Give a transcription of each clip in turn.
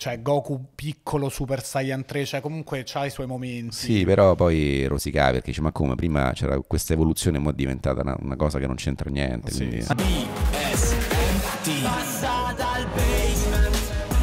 cioè Goku piccolo Super Saiyan 3, cioè comunque c'ha i suoi momenti. Sì, però poi rosicava perché dice, ma come, prima c'era questa evoluzione, ma è diventata una cosa che non c'entra niente. Sì, Quindi... sì. Passa dal basement.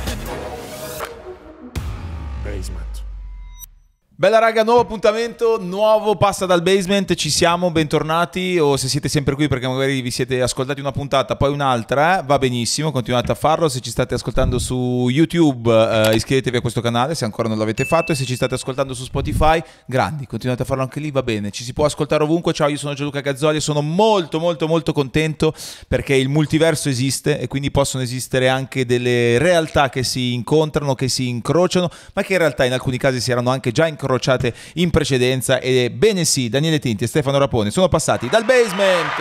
Bella raga, nuovo appuntamento, nuovo Passa dal Basement, ci siamo, bentornati, o se siete sempre qui perché magari vi siete ascoltati una puntata, poi un'altra, va benissimo, continuate a farlo. Se ci state ascoltando su YouTube, iscrivetevi a questo canale se ancora non l'avete fatto, e se ci state ascoltando su Spotify, grandi, continuate a farlo anche lì, va bene, ci si può ascoltare ovunque. Ciao, io sono Gianluca Gazzoli e sono molto contento perché il multiverso esiste e quindi possono esistere anche delle realtà che si incontrano, che si incrociano, ma che in realtà in alcuni casi si erano anche già incrociate in precedenza. E bene sì, Daniele Tinti e Stefano Rapone sono passati dal basement.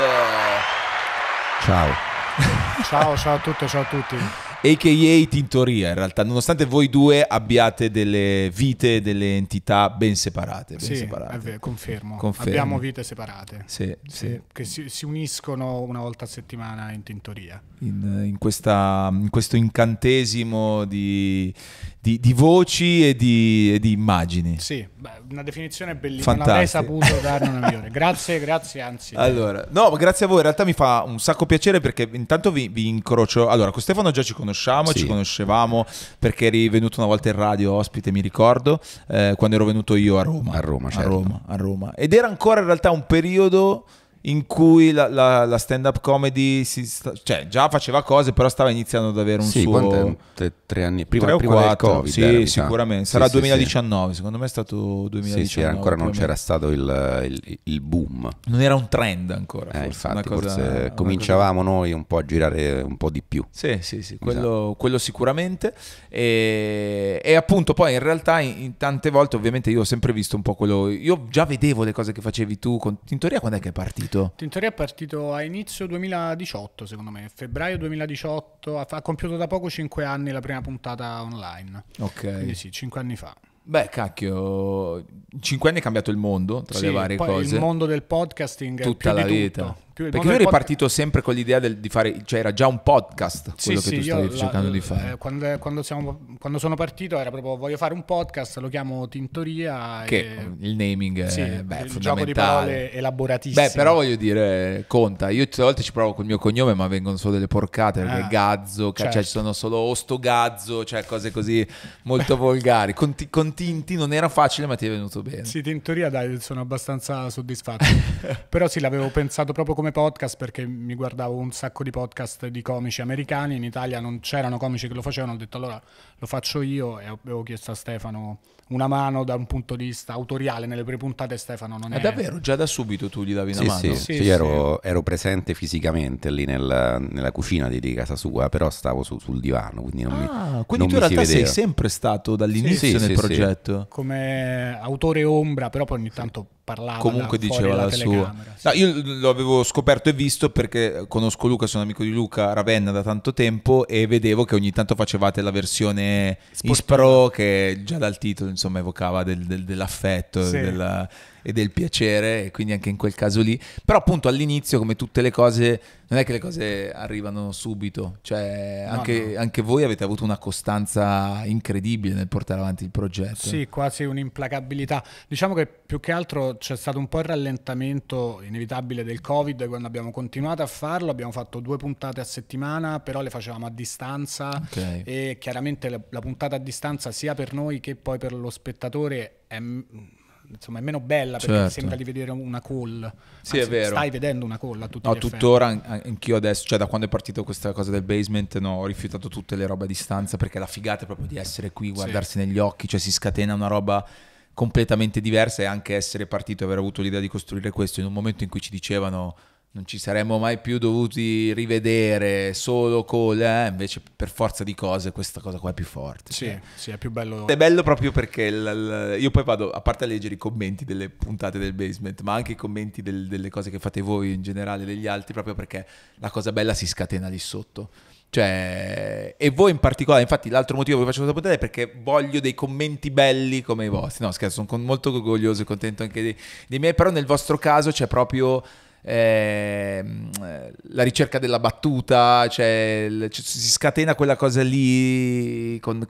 Ciao. Ciao a tutti, ciao a tutti. A.k.a. Tintoria, in realtà, nonostante voi due abbiate delle vite, delle entità ben separate. Ben Sì, separate. è vero, confermo. Confermi. Abbiamo vite separate. Sì. Che si uniscono una volta a settimana in tintoria. In questo incantesimo di voci e di immagini. Sì, una definizione bellissima. Fantastica. Non avrei saputo darne una migliore. Grazie, anzi. Allora, no, grazie a voi, in realtà mi fa un sacco piacere perché intanto vi incrocio. Allora, con Stefano già ci conosciamo, Sì. ci conoscevamo perché eri venuto una volta in radio ospite, mi ricordo, quando ero venuto io a Roma. A Roma, certo. A Roma. Ed era ancora in realtà un periodo in cui la stand-up comedy cioè già faceva cose, però stava iniziando ad avere un Sì, suo... 3 anni prima, 3 o prima del 4, Covid. sì, mi sa. sicuramente. Sì, Sarà sì, 2019, secondo me è stato 2019. Sì, ancora non più o c'era meno. stato il boom. Non era un trend ancora, forse. Infatti, una forse cominciavamo noi un po' a girare un po' di più. Sì, quello sicuramente. E appunto poi in realtà in tante volte ovviamente io ho sempre visto un po' quello... Io già vedevo le cose che facevi tu. Tintoria quando è che è partito? Tintoria è partito a inizio 2018, secondo me. Febbraio 2018. Ha compiuto da poco 5 anni la prima puntata online. Ok. Quindi sì, 5 anni fa. Beh, cacchio, 5 anni è cambiato il mondo tra le varie poi cose. il mondo del podcasting Tutta è più la di vita. tutto. Perché io eri partito sempre con l'idea di fare, cioè era già un podcast quello che tu stavi cercando di fare. Quando sono partito era proprio voglio fare un podcast, lo chiamo Tintoria. Che il naming è il fondamentale. gioco di parole elaboratissimo. Beh, però voglio dire, conta. Io tutte le volte ci provo col mio cognome, ma vengono solo delle porcate, perché Gazzo, certo. cioè ci sono solo Osto Gazzo, cioè cose così molto volgari. Con Tinti non era facile, ma ti è venuto bene. Sì, Tintoria, dai, sono abbastanza soddisfatto. Però sì, l'avevo pensato proprio come podcast perché mi guardavo un sacco di podcast di comici americani. In Italia non c'erano comici che lo facevano, ho detto allora lo faccio io, e avevo chiesto a Stefano una mano da un punto di vista autoriale nelle prime puntate. Stefano non è... davvero, già da subito tu gli davi una mano? Sì, ero presente fisicamente lì nella cucina di casa sua, però stavo sul divano, quindi quindi tu in realtà sei sempre stato dall'inizio nel progetto? Come autore ombra, però poi ogni tanto parlava, comunque diceva la sua. No, io lo avevo scoperto e visto perché conosco Luca, sono amico di Luca Ravenna da tanto tempo, e vedevo che ogni tanto facevate la versione Ispro, che già dal titolo insomma evocava dell'affetto, sì, e del piacere, e quindi anche in quel caso lì. Però appunto all'inizio, come tutte le cose, non è che le cose arrivano subito, cioè anche voi avete avuto una costanza incredibile nel portare avanti il progetto. Sì, quasi un'implacabilità. Diciamo che più che altro c'è stato un po' il rallentamento inevitabile del Covid. Quando abbiamo continuato a farlo abbiamo fatto 2 puntate a settimana, però le facevamo a distanza, Okay. E chiaramente la puntata a distanza sia per noi che poi per lo spettatore è meno bella, perché Certo. sembra di vedere una call. Sì, Anzi, è vero. stai vedendo una call a tutti No, gli effetti. tuttora anch'io adesso, cioè da quando è partito questa cosa del basement, ho rifiutato tutte le robe a distanza, perché la figata è proprio di essere qui, guardarsi negli occhi, cioè si scatena una roba completamente diversa, e anche essere partito e aver avuto l'idea di costruire questo in un momento in cui ci dicevano non ci saremmo mai più dovuti rivedere, solo call, invece per forza di cose questa cosa qua è più forte. Sì, sì, è più bello. È bello proprio perché io poi vado, a parte a leggere i commenti delle puntate del basement, ma anche i commenti delle cose che fate voi in generale, degli altri, proprio perché la cosa bella si scatena lì sotto. Cioè, e voi in particolare, infatti l'altro motivo che vi faccio questa puntata è perché voglio dei commenti belli come i vostri. No, scherzo, sono molto orgoglioso e contento anche dei miei, però nel vostro caso c'è proprio la ricerca della battuta, cioè, si scatena quella cosa lì con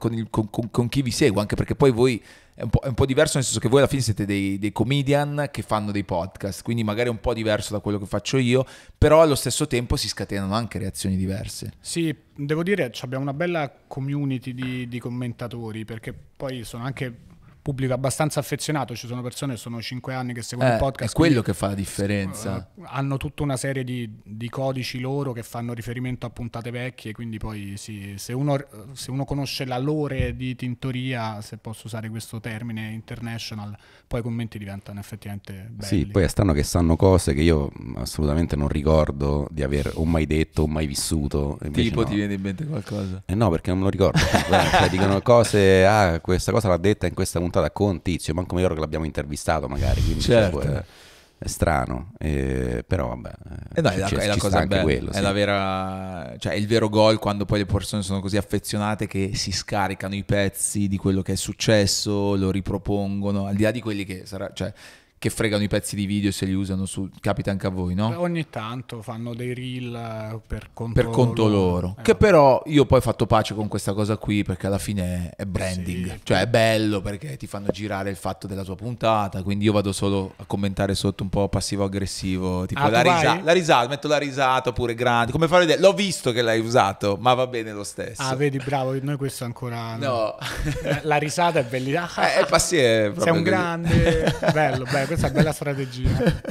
chi vi segue, anche perché poi voi è un po' diverso, nel senso che voi alla fine siete dei comedian che fanno dei podcast, quindi magari è un po' diverso da quello che faccio io, però allo stesso tempo si scatenano anche reazioni diverse. Sì, devo dire, abbiamo una bella community di commentatori, perché poi sono anche pubblico abbastanza affezionato, ci sono persone che sono 5 anni che seguono il podcast. È quello che fa la differenza. Hanno tutta una serie di codici loro che fanno riferimento a puntate vecchie, quindi poi se uno conosce la lore di Tintoria, se posso usare questo termine international, poi i commenti diventano effettivamente belli. Sì, poi è strano che sanno cose che io assolutamente non ricordo di aver o mai detto o mai vissuto. Tipo, no. ti viene in mente qualcosa? No, perché non me lo ricordo. Cioè, dicono cose, questa cosa l'ha detta in questa puntata con un tizio, manco mi ricordo che l'abbiamo intervistato magari, quindi certo. È strano, però vabbè, è la cosa bella, quello, è sì. la vera, cioè il vero gol, quando poi le persone sono così affezionate che si scaricano i pezzi di quello che è successo, lo ripropongono, al di là di quelli che che fregano i pezzi di video se li usano capita anche a voi, no? Ogni tanto fanno dei reel per conto loro. Che però io poi ho fatto pace con questa cosa qui, perché alla fine è branding, sì. Cioè è bello perché ti fanno girare il fatto della tua puntata, quindi io vado solo a commentare sotto un po' passivo-aggressivo, tipo la risata, metto la risata oppure grande, come fare l'ho visto che l'hai usato, ma va bene lo stesso. Ah, vedi, bravo, noi questo ancora no. La risata è bellissima. È passivo, sei un grande, bello, questa è una bella strategia.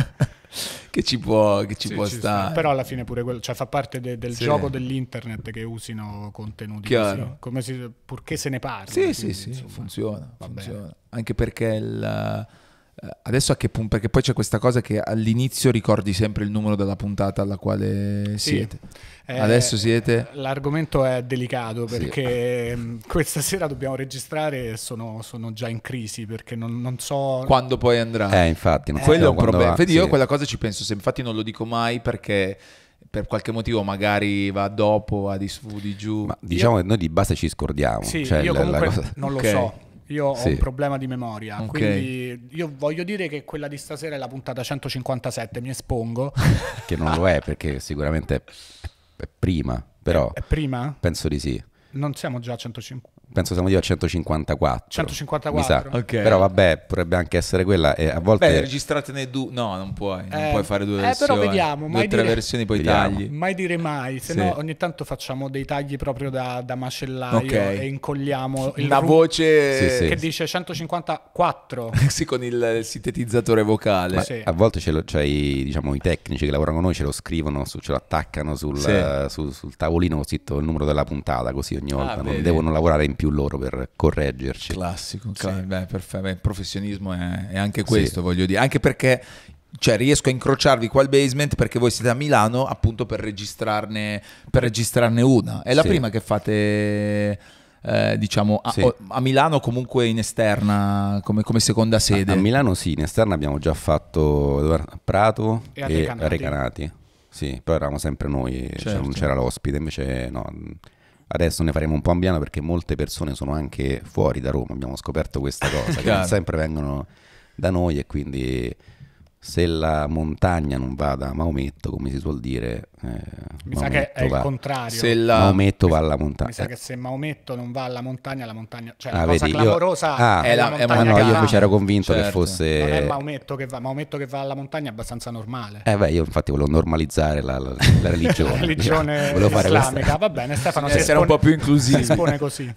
che ci può stare. Però alla fine pure quello, cioè fa parte del gioco dell'internet che usino contenuti così, purché se ne parli. Sì, funziona. Anche perché adesso a che punto? Perché poi c'è questa cosa che all'inizio ricordi sempre il numero della puntata alla quale siete. Adesso siete... L'argomento è delicato perché questa sera dobbiamo registrare e sono già in crisi perché non so... Quando poi andrà. Infatti. Non quello è un problema. Vedi, io sì. quella cosa ci penso, infatti non lo dico mai perché... per qualche motivo magari va dopo, va di su, di giù. Ma diciamo che noi di base ci scordiamo. Sì, cioè io comunque cosa... non lo so. Io ho un problema di memoria, Ok. quindi io voglio dire che quella di stasera è la puntata 157, mi espongo. Che non lo è, perché sicuramente è prima, però È prima? penso di sì. Non siamo già a 150. Penso siamo a 154. 154? Mi sa. Ok. Però vabbè, potrebbe anche essere quella. E a volte Beh, registratene due. No, non puoi fare due versioni. Però vediamo, due o tre versioni, poi Vediamo. tagli. Mai dire mai, se Sì. no ogni tanto facciamo dei tagli proprio da macellaio Ok. e incolliamo Una voce Sì. che dice 154. sì, con il sintetizzatore vocale. Ma sì. a volte cioè, i tecnici che lavorano con noi ce lo scrivono, ce lo attaccano sul tavolino così il numero della puntata, così ogni volta non vedi. devono lavorare in più loro per correggerci. Classico. Beh, perfetto. Beh, il professionismo è anche questo, voglio dire. Anche perché riesco a incrociarvi qua al basement perché voi siete a Milano appunto per registrarne una. È la prima che fate... diciamo a Milano, comunque in esterna come seconda sede. A Milano sì, in esterna abbiamo già fatto a Prato E a e Recanati. a Recanati. Sì, però eravamo sempre noi, cioè, non c'era l'ospite, invece no. Adesso ne faremo un po' a Milano perché molte persone sono anche fuori da Roma, abbiamo scoperto questa cosa, che non sempre vengono da noi, e quindi se la montagna non va da Maometto, come si suol dire, Mi sa che è il contrario. Se Maometto va alla montagna. Mi sa che se Maometto non va alla montagna, cioè Ah, la cosa vedi, clamorosa è la montagna no, che io va. invece ero convinto che Certo. fosse... Non è Maometto che va alla montagna, è abbastanza normale. Io infatti volevo normalizzare la religione. La religione Volevo fare islamica. Va bene, Stefano, si essere un po' più inclusivi. si espone così.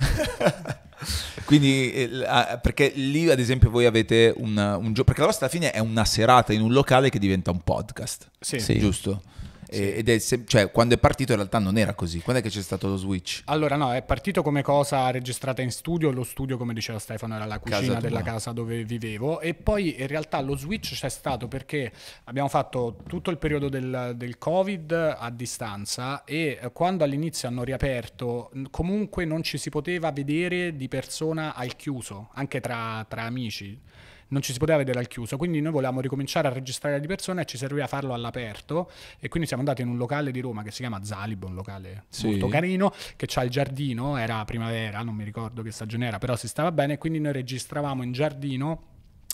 Quindi perché lì ad esempio voi avete un gioco, perché la vostra alla fine è una serata in un locale che diventa un podcast, Sì. giusto? Ed è cioè quando è partito in realtà non era così. Quando è che c'è stato lo switch? Allora no, è partito come cosa registrata in studio. Lo studio, come diceva Stefano, era la Casa cucina tua. della casa dove vivevo. E poi in realtà lo switch c'è stato perché abbiamo fatto tutto il periodo del Covid a distanza e quando all'inizio hanno riaperto comunque non ci si poteva vedere di persona al chiuso, anche tra amici. Non ci si poteva vedere al chiuso, quindi noi volevamo ricominciare a registrare di persona e ci serviva farlo all'aperto, e quindi siamo andati in un locale di Roma che si chiama Zalibo, un locale molto carino, che c'ha il giardino, era primavera, non mi ricordo che stagione era, però si stava bene, quindi noi registravamo in giardino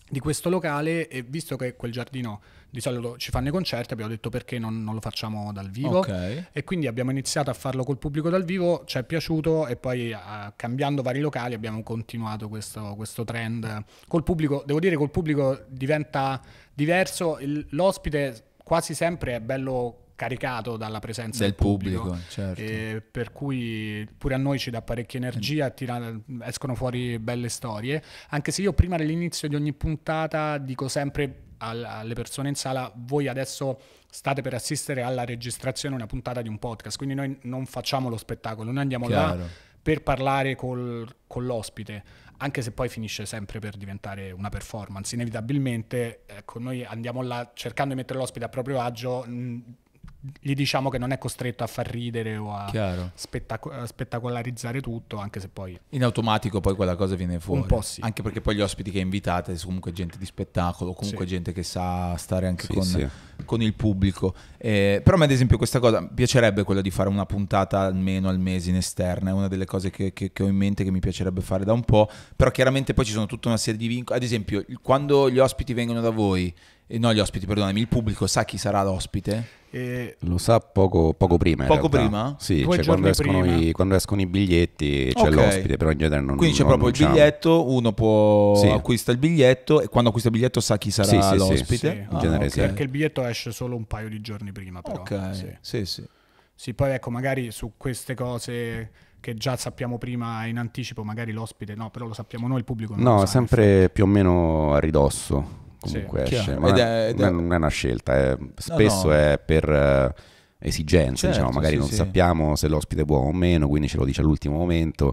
di questo locale, e visto che quel giardino di solito ci fanno i concerti, abbiamo detto perché non lo facciamo dal vivo, e quindi abbiamo iniziato a farlo col pubblico dal vivo, ci è piaciuto, e poi cambiando vari locali abbiamo continuato questo trend col pubblico. Devo dire, col pubblico diventa diverso, l'ospite quasi sempre è bello caricato dalla presenza del pubblico, certo. Per cui pure a noi ci dà parecchia energia, escono fuori belle storie, anche se io prima dell'inizio di ogni puntata dico sempre alle persone in sala: voi adesso state per assistere alla registrazione di una puntata di un podcast, quindi noi non facciamo lo spettacolo, noi andiamo là per parlare con l'ospite, anche se poi finisce sempre per diventare una performance inevitabilmente. Ecco, noi andiamo là cercando di mettere l'ospite a proprio agio, gli diciamo che non è costretto a far ridere o a spettacolarizzare tutto, anche se poi in automatico poi quella cosa viene fuori. Un po' sì. Anche perché poi gli ospiti che invitate sono comunque gente di spettacolo, comunque gente che sa stare anche con il pubblico. Però a me ad esempio questa cosa mi piacerebbe, quella di fare una puntata almeno al mese in esterna, è una delle cose che ho in mente, che mi piacerebbe fare da un po', però chiaramente poi ci sono tutta una serie di vincoli. Ad esempio, quando gli ospiti vengono da voi, no, gli ospiti, perdonami, il pubblico sa chi sarà l'ospite? Lo sa poco prima. Poco prima? Sì, cioè quando escono i biglietti c'è l'ospite, però in genere non. Quindi c'è proprio il biglietto, uno acquista il biglietto, e quando acquista il biglietto sa chi sarà l'ospite? In genere sì. Perché il biglietto esce solo un paio di giorni prima, però. Sì, poi ecco, magari su queste cose che già sappiamo prima in anticipo, magari l'ospite no, però lo sappiamo noi, il pubblico non lo sa, sempre più o meno a ridosso. Comunque esce, ma non è una scelta, spesso è per esigenze, diciamo, magari non sappiamo se l'ospite può o meno, quindi ce lo dice all'ultimo momento,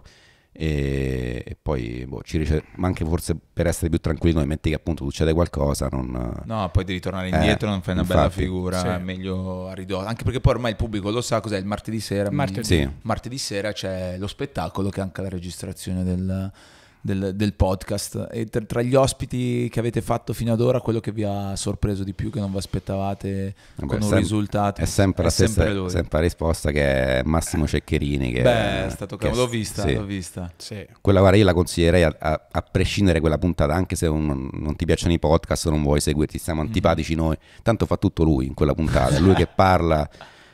e poi ma anche forse per essere più tranquilli noi, metti che appunto succede qualcosa, poi devi tornare indietro, non fai una bella figura, è meglio a ridosso, anche perché poi ormai il pubblico lo sa cos'è il martedì sera. Martedì sera c'è lo spettacolo, che è anche la registrazione del podcast. E tra gli ospiti che avete fatto fino ad ora, quello che vi ha sorpreso di più, che non vi aspettavate con un risultato? È sempre la stessa, sempre la risposta, che è Massimo Ceccherini, che è stato l'ho vista. Sì. Quella, guarda, io la consiglierei a prescindere quella puntata, anche se non ti piacciono i podcast, non vuoi seguirti, siamo antipatici noi, tanto fa tutto lui in quella puntata, è lui che parla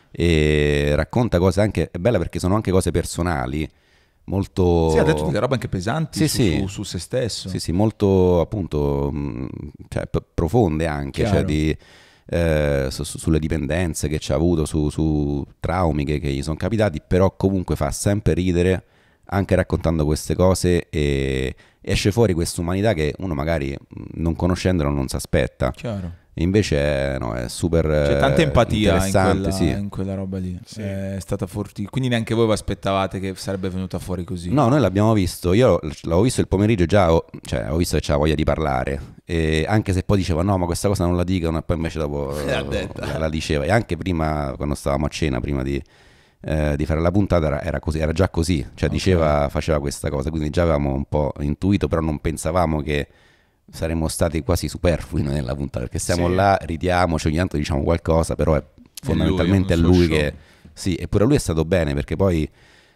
e racconta cose, anche è bella perché sono anche cose personali, molto... Sì, ha detto delle robe anche pesanti su se stesso. Sì, molto appunto, cioè, profonde anche, cioè sulle dipendenze che ci ha avuto, su traumi che gli sono capitati, però comunque fa sempre ridere, anche raccontando queste cose, e esce fuori questa umanità che uno magari non conoscendolo non si aspetta. Chiaro. Invece è super c'è tanta empatia interessante, in quella roba lì, è stata forte, quindi neanche voi vi aspettavate che sarebbe venuta fuori così? No, noi l'abbiamo visto, io l'avevo visto il pomeriggio, già ho visto che c'era voglia di parlare, e anche se poi diceva no, ma questa cosa non la dicono, e poi invece dopo la diceva, e anche prima, quando stavamo a cena, prima di fare la puntata, era così, era già così, cioè faceva questa cosa, quindi già avevamo un po' intuito, però non pensavamo che saremmo stati quasi superflui nella puntata, perché siamo là, ridiamo, ogni tanto diciamo qualcosa, però è fondamentalmente è lui che... Sì, eppure lui è stato bene, perché poi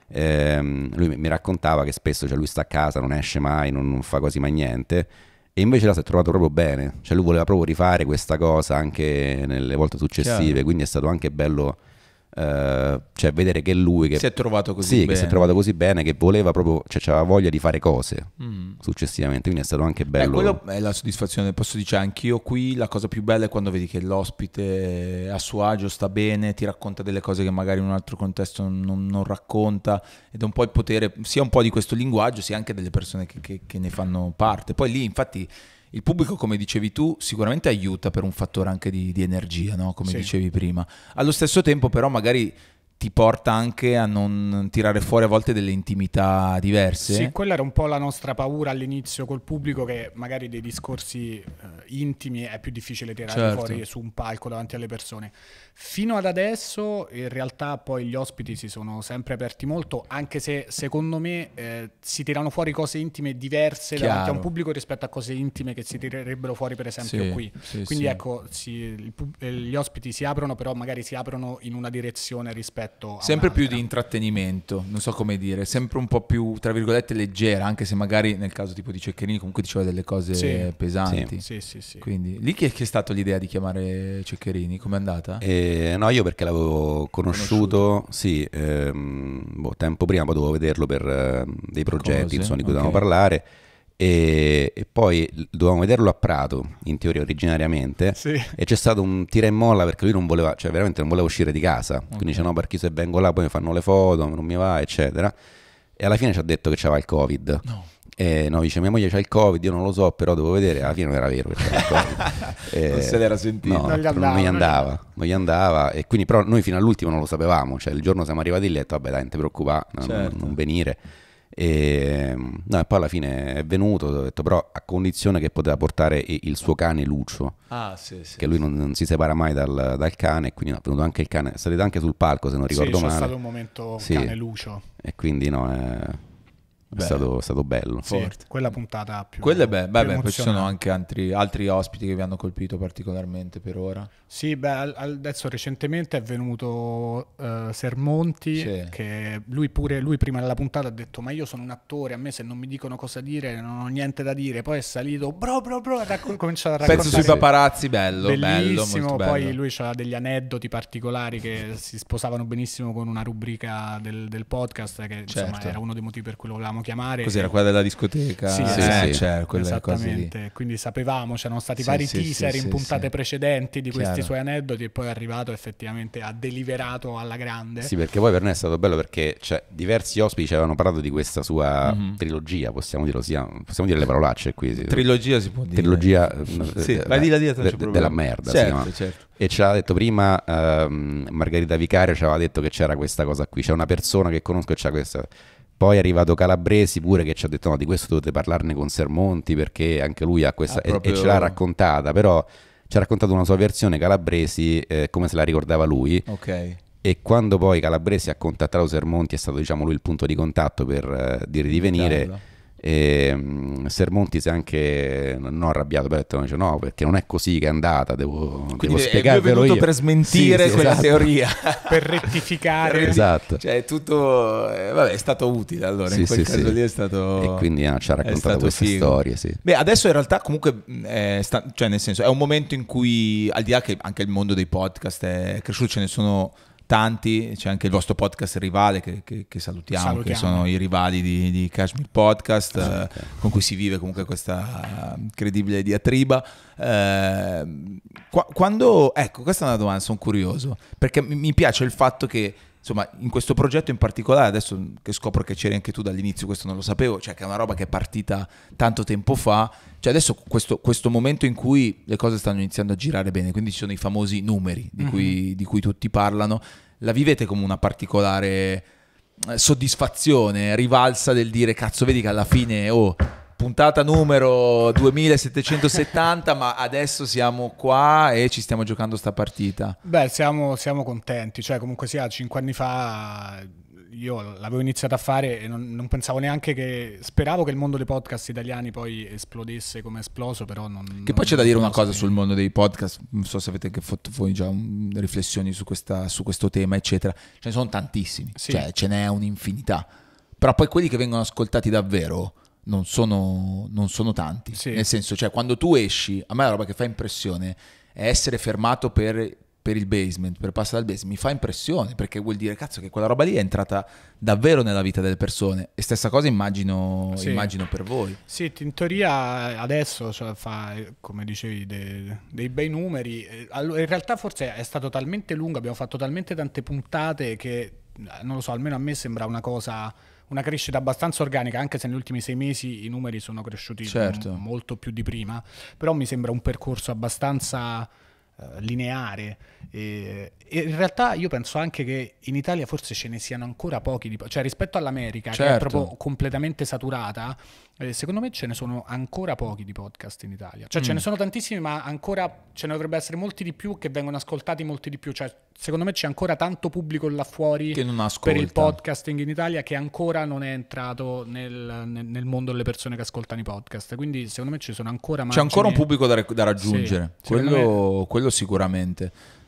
lui mi raccontava che spesso, cioè, lui sta a casa, non esce mai, non fa quasi mai niente, e invece là si è trovato proprio bene, cioè lui voleva proprio rifare questa cosa anche nelle volte successive, quindi è stato anche bello... cioè vedere che lui che si è trovato così bene. Che si è trovato così bene, che voleva proprio, cioè aveva voglia di fare cose successivamente, quindi è stato anche bello. Quello è la soddisfazione, posso dire, anch'io qui la cosa più bella è quando vedi che l'ospite è a suo agio, sta bene, ti racconta delle cose che magari in un altro contesto non racconta, ed è un po' il potere sia un po' di questo linguaggio, sia anche delle persone che ne fanno parte. Poi lì infatti il pubblico, come dicevi tu, sicuramente aiuta per un fattore anche di energia, no? Come dicevi prima. Allo stesso tempo però magari ti porta anche a non tirare fuori a volte delle intimità diverse. Sì, quella era un po' la nostra paura all'inizio col pubblico, che magari dei discorsi intimi è più difficile tirare fuori su un palco davanti alle persone. Fino ad adesso in realtà poi gli ospiti si sono sempre aperti molto, anche se secondo me si tirano fuori cose intime diverse davanti a un pubblico rispetto a cose intime che si tirerebbero fuori per esempio qui. Quindi ecco, gli ospiti si aprono, però magari si aprono in una direzione rispetto rispetto a sempre più un'altra. di intrattenimento, non so come dire, sempre un po' più tra virgolette leggera, anche se magari nel caso tipo di Ceccherini comunque diceva delle cose pesanti. Sì. Quindi lì chi è stato l'idea di chiamare Ceccherini? Com'è andata? No, io perché l'avevo conosciuto, sì, tempo prima, poi dovevo vederlo per dei progetti insomma, di cui dovevamo parlare. E poi dovevamo vederlo a Prato in teoria originariamente, e c'è stato un tira e molla perché lui non voleva, cioè veramente non voleva uscire di casa, quindi dice no, perché se vengo là poi mi fanno le foto, non mi va, eccetera, e alla fine ci ha detto che c'aveva il Covid. E no, dice mia moglie c'ha il Covid, io non lo so, però devo vedere. Alla fine non era vero che c'era il Covid. Non se l'era sentito. No, non gli andava, e quindi però noi fino all'ultimo non lo sapevamo, cioè il giorno siamo arrivati lì e ho detto vabbè dai, non ti preoccupare, non venire. E poi alla fine è venuto, ho detto però a condizione che poteva portare il suo cane Lucio, che lui non si separa mai dal cane, e quindi è venuto anche il cane, salite anche sul palco se non ricordo male. C'è stato un momento cane Lucio, e quindi è stato bello. Forte. Quella puntata più. Quella è poi ci sono anche altri ospiti che vi hanno colpito particolarmente per ora. Sì, adesso recentemente è venuto Sermonti, che lui prima della puntata ha detto ma io sono un attore, a me se non mi dicono cosa dire non ho niente da dire, poi è salito bro, ha cominciato a raccontare. Pezzo sui paparazzi, bellissimo, molto bello. Poi lui ha degli aneddoti particolari che si sposavano benissimo con una rubrica del podcast, che insomma era uno dei motivi per cui lo volevamo chiamare. Cos'era, quella della discoteca? Sì. Esattamente, quindi sapevamo, c'erano stati vari teaser in puntate precedenti di questi suoi aneddoti, e poi è arrivato effettivamente, ha deliberato alla grande. Sì, perché poi per noi è stato bello perché diversi ospiti ci avevano parlato di questa sua trilogia, possiamo dire le parolacce qui. Trilogia si può dire. Trilogia della merda, certo. E ci aveva detto prima Margherita Vicario, ci aveva detto che c'era questa cosa qui, c'è una persona che conosco e c'ha questa. Poi è arrivato Calabresi pure che ci ha detto no, di questo dovete parlarne con Sermonti perché anche lui ha questa, e ce l'ha raccontata, però ci ha raccontato una sua versione Calabresi come se la ricordava lui. E quando poi Calabresi ha contattato Sermonti è stato lui il punto di contatto per dire di venire. E Sermonti si è anche non arrabbiato, però ha detto no, perché non è così che è andata, devo spiegarvelo io. Per smentire quella teoria, per rettificare. Esatto. Cioè è tutto è stato utile allora in quel caso lì è stato. E quindi ci ha raccontato queste storie. Beh, adesso in realtà comunque cioè nel senso è un momento in cui, al di là che anche il mondo dei podcast è cresciuto, ce ne sono tanti, c'è anche il vostro podcast rivale che salutiamo, che sono i rivali di Kashmir Podcast, con cui si vive comunque questa incredibile diatriba. Quando, ecco, questa è una domanda, sono curioso, perché mi piace il fatto che insomma in questo progetto in particolare, adesso che scopro che c'eri anche tu dall'inizio, questo non lo sapevo, cioè che è una roba che è partita tanto tempo fa, cioè adesso questo momento in cui le cose stanno iniziando a girare bene, quindi ci sono i famosi numeri di cui tutti parlano, la vivete come una particolare soddisfazione, rivalsa del dire cazzo, vedi che alla fine puntata numero 2770, ma adesso siamo qua e ci stiamo giocando sta partita. Beh, siamo contenti, cioè comunque sia 5 anni fa io l'avevo iniziato a fare e non pensavo neanche speravo che il mondo dei podcast italiani poi esplodesse come è esploso, però Che poi c'è da dire una cosa sul mondo dei podcast, non so se avete anche fatto voi già riflessioni su questo tema, eccetera. Ce ne sono tantissimi, cioè ce n'è un'infinità, però poi quelli che vengono ascoltati davvero non sono tanti, nel senso, cioè quando tu esci, a me la roba che fa impressione è essere fermato per il basement, per passare dal basement, mi fa impressione, perché vuol dire cazzo che quella roba lì è entrata davvero nella vita delle persone, e stessa cosa immagino per voi. Sì, in teoria adesso fa, come dicevi, dei bei numeri. In realtà forse è stato talmente lungo, abbiamo fatto talmente tante puntate che non lo so, almeno a me sembra una crescita abbastanza organica, anche se negli ultimi 6 mesi i numeri sono cresciuti molto più di prima, però mi sembra un percorso abbastanza lineare, e in realtà io penso anche che in Italia forse ce ne siano ancora pochi, cioè rispetto all'America che è proprio completamente saturata, secondo me ce ne sono ancora pochi di podcast in Italia, cioè ce ne sono tantissimi, ma ancora ce ne dovrebbe essere molti di più che vengono ascoltati molti di più, cioè secondo me c'è ancora tanto pubblico là fuori che non ascolta per il podcasting in Italia, che ancora non è entrato nel mondo delle persone che ascoltano i podcast, quindi secondo me ci sono ancora c'è ancora un pubblico da raggiungere, quello sicuramente.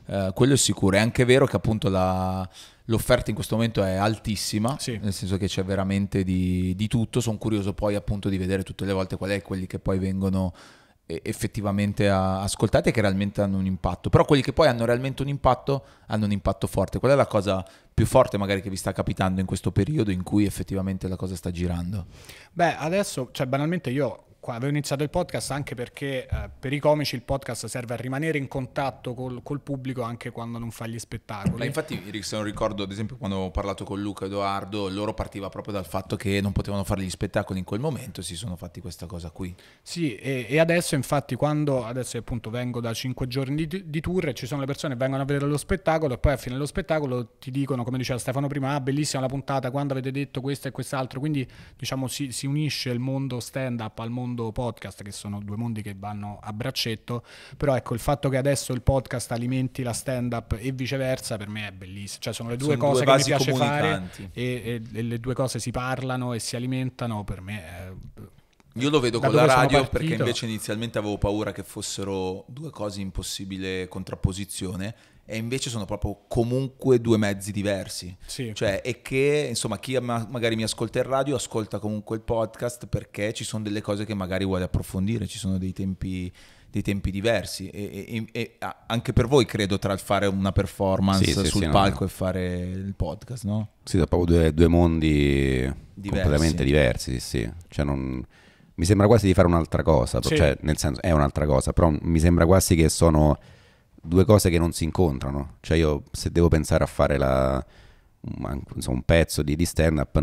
quello è sicuro. È anche vero che appunto l'offerta in questo momento è altissima, Sì. nel senso che c'è veramente di tutto. Sono curioso poi appunto di vedere tutte le volte qual è quelli che poi vengono effettivamente ascoltati e che realmente hanno un impatto. Però quelli che poi hanno realmente un impatto hanno un impatto forte. Qual è la cosa più forte magari che vi sta capitando in questo periodo in cui effettivamente la cosa sta girando? Beh, adesso, cioè banalmente io avevo iniziato il podcast anche perché per i comici il podcast serve a rimanere in contatto col pubblico anche quando non fa gli spettacoli. Ma infatti, se non ricordo, ad esempio, quando ho parlato con Luca e Edoardo, loro partiva proprio dal fatto che non potevano fare gli spettacoli in quel momento e si sono fatti questa cosa qui. Sì, e adesso infatti adesso appunto vengo da 5 giorni di tour e ci sono le persone che vengono a vedere lo spettacolo e poi a fine dello spettacolo ti dicono, come diceva Stefano prima, bellissima la puntata, quando avete detto questo e quest'altro, quindi diciamo si unisce il mondo stand-up al mondo podcast, che sono due mondi che vanno a braccetto. Però ecco, il fatto che adesso il podcast alimenti la stand-up e viceversa per me è bellissimo, cioè sono le due cose che mi piace fare e le due cose si parlano e si alimentano. Per me io lo vedo con la radio, perché invece inizialmente avevo paura che fossero due cose in possibile contrapposizione, e invece sono proprio comunque due mezzi diversi. Sì. Cioè, e che insomma chi magari mi ascolta in radio ascolta comunque il podcast perché ci sono delle cose che magari vuole approfondire, ci sono dei tempi diversi e anche per voi credo, tra il fare una performance sul palco e fare il podcast, no? Sì, sono proprio due mondi completamente diversi, sì. Cioè mi sembra quasi di fare un'altra cosa, sì. Cioè nel senso è un'altra cosa, però mi sembra quasi che sono due cose che non si incontrano. Cioè io se devo pensare a fare un pezzo di stand-up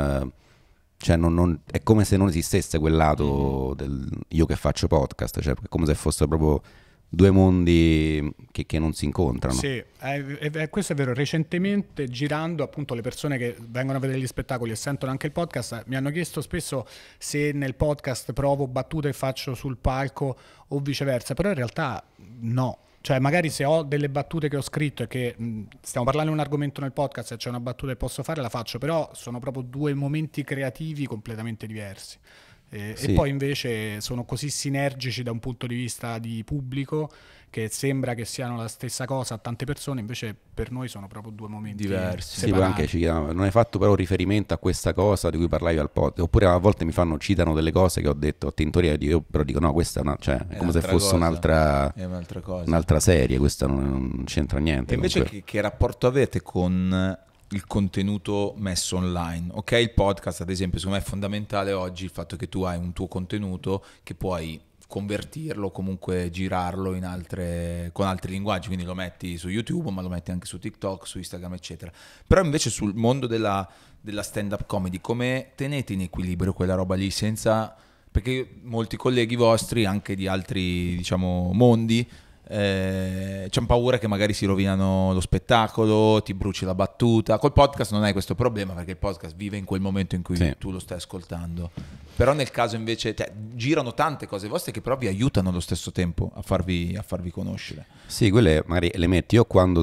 è come se non esistesse quel lato del io che faccio podcast, cioè è come se fossero proprio due mondi che non si incontrano. Sì, questo è vero. Recentemente girando, appunto, le persone che vengono a vedere gli spettacoli e sentono anche il podcast mi hanno chiesto spesso se nel podcast provo battute e faccio sul palco o viceversa, però in realtà no. Cioè magari se ho delle battute che ho scritto e che stiamo parlando di un argomento nel podcast e c'è una battuta che posso fare, la faccio, però sono proprio due momenti creativi completamente diversi. Sì. E poi invece sono così sinergici da un punto di vista di pubblico che sembra che siano la stessa cosa a tante persone, invece per noi sono proprio due momenti diversi. separati. Sì, anche ci chiamano, non hai fatto però riferimento a questa cosa di cui parlavi al podcast, oppure a volte citano delle cose che ho detto a tintoria, io però dico no, questa è come se fosse un'altra cosa. Un'altra serie, questa non c'entra niente. E invece che rapporto avete con il contenuto messo online? Ok, il podcast ad esempio secondo me è fondamentale oggi, il fatto che tu hai un tuo contenuto che puoi convertirlo, comunque girarlo con altri linguaggi, quindi lo metti su YouTube ma lo metti anche su TikTok, su Instagram eccetera. Però invece sul mondo della stand-up comedy come tenete in equilibrio quella roba lì perché molti colleghi vostri anche di altri diciamo mondi c'hanno paura che magari si rovinano lo spettacolo, ti bruci la battuta. Col podcast non hai questo problema perché il podcast vive in quel momento in cui tu lo stai ascoltando. Però nel caso invece girano tante cose vostre che però vi aiutano allo stesso tempo a farvi conoscere. Sì, quelle magari le metti io quando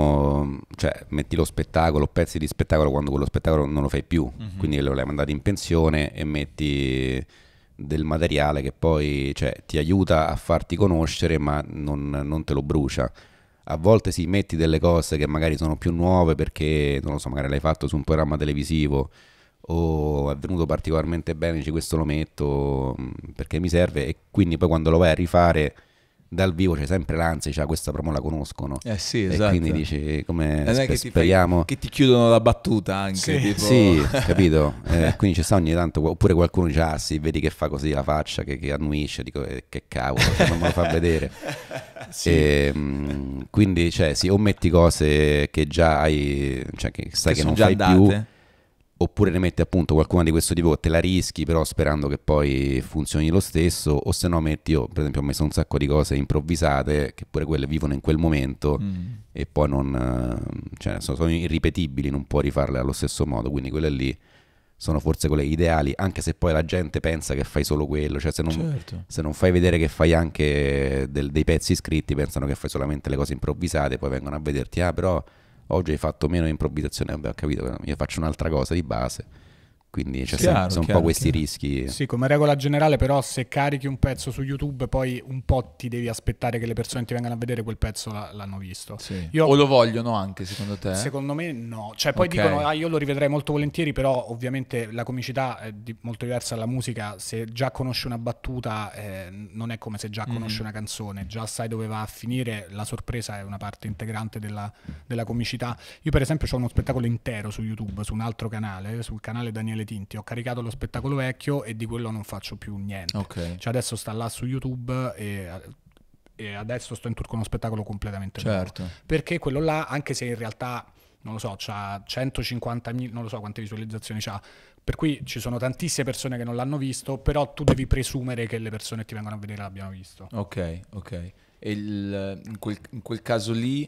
metti lo spettacolo, pezzi di spettacolo quando quello spettacolo non lo fai più, quindi lo hai mandato in pensione e metti del materiale che poi ti aiuta a farti conoscere ma non te lo brucia. A volte metti delle cose che magari sono più nuove perché non lo so, magari l'hai fatto su un programma televisivo o è venuto particolarmente bene, dici questo lo metto perché mi serve, e quindi poi quando lo vai a rifare dal vivo c'è sempre l'ansia, questa proprio la conoscono. Sì, esatto. E quindi dici come speriamo che ti chiudono la battuta anche. Sì, capito? Quindi ci sta ogni tanto, oppure qualcuno dice sì, vedi che fa così la faccia, che annuisce, dico che cavolo, non me lo fa vedere. Quindi o metti cose che già hai, che sai che non fai più, oppure ne metti appunto qualcuna di questo tipo, te la rischi però sperando che poi funzioni lo stesso, o se no io per esempio ho messo un sacco di cose improvvisate che pure quelle vivono in quel momento e poi sono irripetibili, non puoi rifarle allo stesso modo, quindi quelle lì sono forse quelle ideali, anche se poi la gente pensa che fai solo quello, cioè se non fai vedere che fai anche dei pezzi scritti pensano che fai solamente le cose improvvisate, poi vengono a vederti però oggi hai fatto meno improvvisazione, ho capito, io faccio un'altra cosa di base, quindi c'è Chiaro, sempre un chiaro, po' questi chiaro. rischi. Sì, come regola generale, però, se carichi un pezzo su YouTube, poi un po' ti devi aspettare che le persone ti vengano a vedere quel pezzo l'hanno visto. Sì. Io- O lo vogliono anche, secondo te? Secondo me no, cioè poi Ok. dicono io lo rivedrei molto volentieri, però ovviamente la comicità è molto diversa dalla musica. Se già conosci una battuta non è come se già conosci una canzone, già sai dove va a finire, la sorpresa è una parte integrante della comicità. Io per esempio ho uno spettacolo intero su YouTube, su un altro canale, sul canale Daniele Tinti, ho caricato lo spettacolo vecchio e di quello non faccio più niente. Ok. Cioè adesso sta là su YouTube e adesso sto in tour con uno spettacolo completamente nuovo. Certo. Perché quello là, anche se in realtà non lo so, c'ha 150.000, non lo so quante visualizzazioni c'ha, per cui ci sono tantissime persone che non l'hanno visto, però tu devi presumere che le persone che ti vengono a vedere l'abbiano visto. Ok. E in quel caso lì,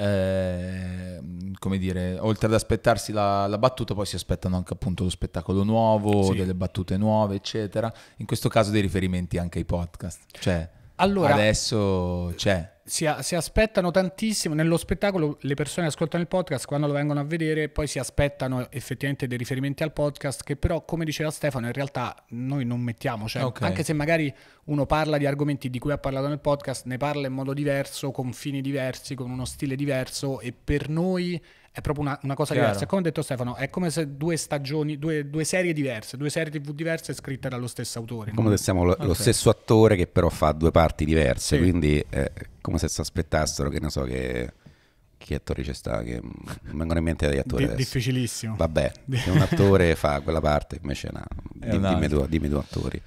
come dire, oltre ad aspettarsi la battuta, poi si aspettano anche appunto lo spettacolo nuovo, Sì. delle battute nuove, eccetera. In questo caso dei riferimenti anche ai podcast. Cioè, Allora, adesso c'è. si aspettano tantissimo nello spettacolo, le persone ascoltano il podcast, quando lo vengono a vedere poi si aspettano effettivamente dei riferimenti al podcast, che però, come diceva Stefano, in realtà noi non mettiamo, cioè Ok. anche se magari uno parla di argomenti di cui ha parlato nel podcast, ne parla in modo diverso, con fini diversi, con uno stile diverso, e per noi è proprio una cosa Chiaro. diversa. Come ha detto Stefano, è come se due stagioni, due serie diverse, due serie TV diverse scritte dallo stesso autore. Come se siamo lo Ok. stesso attore che però fa due parti diverse, Sì. quindi è come se si aspettassero, che ne so, che attori ci sta, che non vengono in mente degli attori adesso. Difficilissimo. Vabbè, che un attore fa quella parte, invece no. È un altro. Dimmi due attori.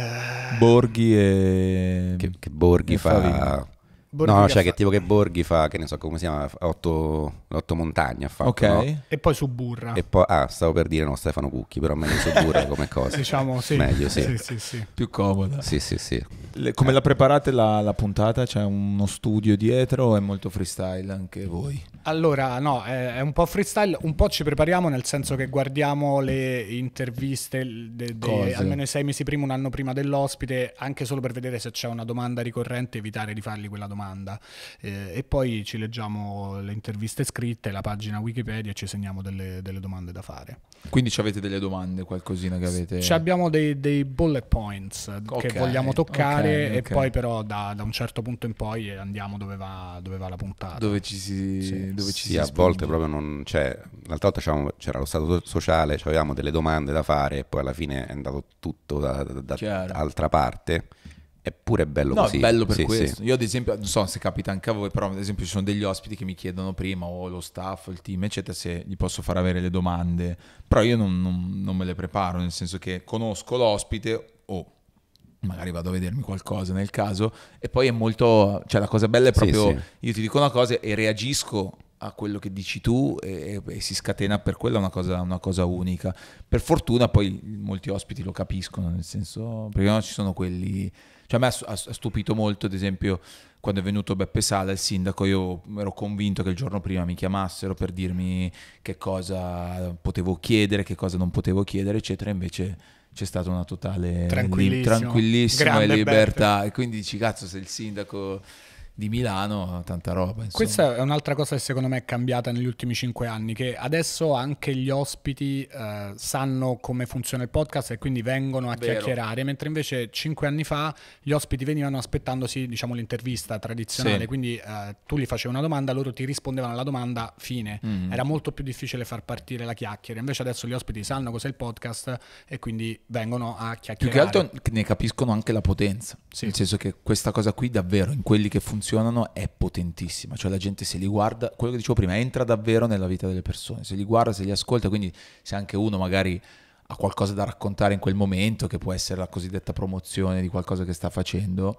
Borghi e... Che Borghi e fa... Favino. Borghi no, che cioè fa- che tipo che Borghi fa, che ne so, come si chiama, otto montagne ha fatto, Ok. no? E poi su Burra. E poi, stavo per dire no, Stefano Cucchi, però meglio su Burra come cosa. Diciamo sì. Meglio, sì. Sì. Più comoda. Sì. Come la preparate la puntata? C'è uno studio dietro o è molto freestyle anche voi? Allora, no, è un po' freestyle, un po' ci prepariamo, nel senso che guardiamo le interviste Cose. almeno 6 mesi prima, un anno prima dell'ospite, anche solo per vedere se c'è una domanda ricorrente, evitare di fargli quella domanda. E poi ci leggiamo le interviste scritte, la pagina Wikipedia, e ci segniamo delle domande da fare. Quindi ci avete delle domande, qualcosina che avete... Ci abbiamo dei bullet points Ok, che vogliamo toccare, ok. e poi però da un certo punto in poi andiamo dove va la puntata. Dove ci si... Sì. Dove ci Sì, si a spinge. volte proprio non c'è. L'altra volta c'era lo stato sociale, avevamo delle domande da fare e poi alla fine è andato tutto da Chiaro. altra parte. Eppure è bello No, così. è bello per Sì, questo. sì. Io ad esempio, non so se capita anche a voi, però ad esempio ci sono degli ospiti che mi chiedono prima, o lo staff, il team, eccetera, se gli posso far avere le domande. Però io non me le preparo, nel senso che conosco l'ospite o magari vado a vedermi qualcosa nel caso, e poi è molto... Cioè la cosa bella è Sì, proprio... sì. Io ti dico una cosa e reagisco a quello che dici tu e si scatena per quella una cosa unica. Per fortuna poi molti ospiti lo capiscono, nel senso, perché no, ci sono quelli... Cioè a me ha stupito molto, ad esempio, quando è venuto Beppe Sala, il sindaco, io ero convinto che il giorno prima mi chiamassero per dirmi che cosa potevo chiedere, che cosa non potevo chiedere, eccetera, invece c'è stata una totale tranquillissima Grande libertà, e quindi dici, cazzo, se il sindaco di Milano, tanta roba, insomma. Questa è un'altra cosa che secondo me è cambiata negli ultimi 5 anni, che adesso anche gli ospiti sanno come funziona il podcast e quindi vengono a Vero. chiacchierare, mentre invece 5 anni fa gli ospiti venivano aspettandosi, diciamo, l'intervista tradizionale, Sì. quindi tu gli facevi una domanda, loro ti rispondevano alla domanda, fine. Era molto più difficile far partire la chiacchiera, invece adesso gli ospiti sanno cos'è il podcast e quindi vengono a Più chiacchierare. che altro ne capiscono anche la potenza, Sì. nel senso che questa cosa qui davvero in quelli che funzionano è potentissima, cioè la gente se li guarda, quello che dicevo prima, entra davvero nella vita delle persone, se li guarda, se li ascolta, quindi se anche uno magari ha qualcosa da raccontare in quel momento, che può essere la cosiddetta promozione di qualcosa che sta facendo,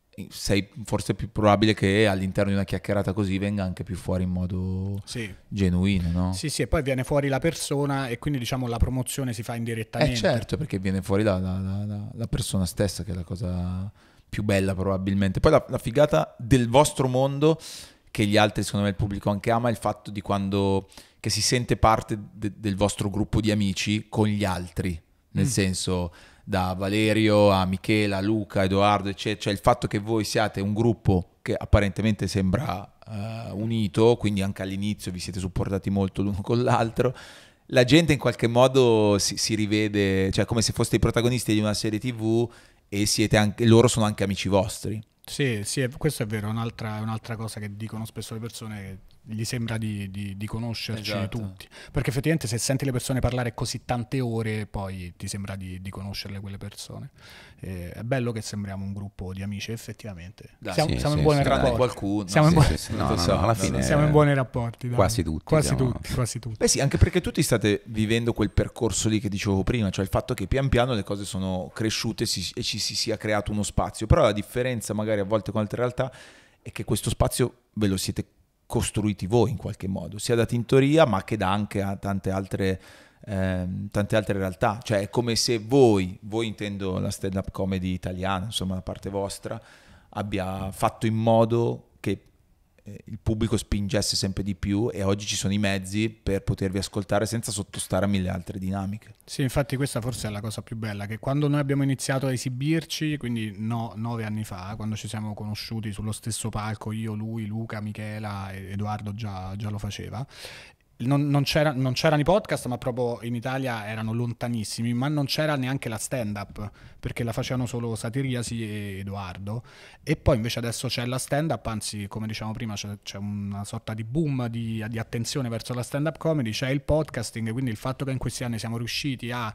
sei forse più probabile che all'interno di una chiacchierata così venga anche più fuori in modo Sì. genuino, no? Sì, e poi viene fuori la persona e quindi diciamo la promozione si fa indirettamente. Certo, perché viene fuori la persona stessa, che è la cosa più bella probabilmente. Poi la figata del vostro mondo, che gli altri, secondo me il pubblico anche ama, è il fatto di quando che si sente parte del vostro gruppo di amici con gli altri, nel senso da Valerio a Michela, a Luca, Edoardo, eccetera. Cioè il fatto che voi siate un gruppo che apparentemente sembra unito, quindi anche all'inizio vi siete supportati molto l'uno con l'altro. la gente in qualche modo si rivede, cioè come se foste i protagonisti di una serie TV e siete anche, loro sono anche amici vostri. Sì, questo è vero, è un'altra cosa che dicono spesso le persone, che gli sembra di conoscerci tutti, perché effettivamente se senti le persone parlare così tante ore poi ti sembra di conoscerle quelle persone. È bello che sembriamo un gruppo di amici, effettivamente. Siamo in buoni rapporti. Qualcuno. Siamo alla fine siamo in buoni rapporti. Dai. Quasi tutti. Quasi tutti. Beh sì, anche perché tutti state vivendo quel percorso lì che dicevo prima, cioè il fatto che pian piano le cose sono cresciute e ci si sia creato uno spazio, però la differenza magari a volte con altre realtà è che questo spazio ve lo siete costruiti voi in qualche modo, sia da Tintoria ma che da anche a tante altre realtà, cioè è come se voi intendo la stand up comedy italiana, insomma la parte vostra, abbia fatto in modo che il pubblico spingesse sempre di più e oggi ci sono i mezzi per potervi ascoltare senza sottostare a mille altre dinamiche. Sì, infatti questa forse è la cosa più bella, che quando noi abbiamo iniziato a esibirci, quindi 9 anni fa, quando ci siamo conosciuti sullo stesso palco, io, lui, Luca, Michela, Edoardo già lo faceva, non c'erano i podcast, ma proprio in Italia erano lontanissimi, ma non c'era neanche la stand-up, perché la facevano solo Satiriasi e Edoardo, e poi invece adesso c'è la stand-up, anzi come diciamo prima c'è una sorta di boom di attenzione verso la stand-up comedy, c'è il podcasting, quindi il fatto che in questi anni siamo riusciti a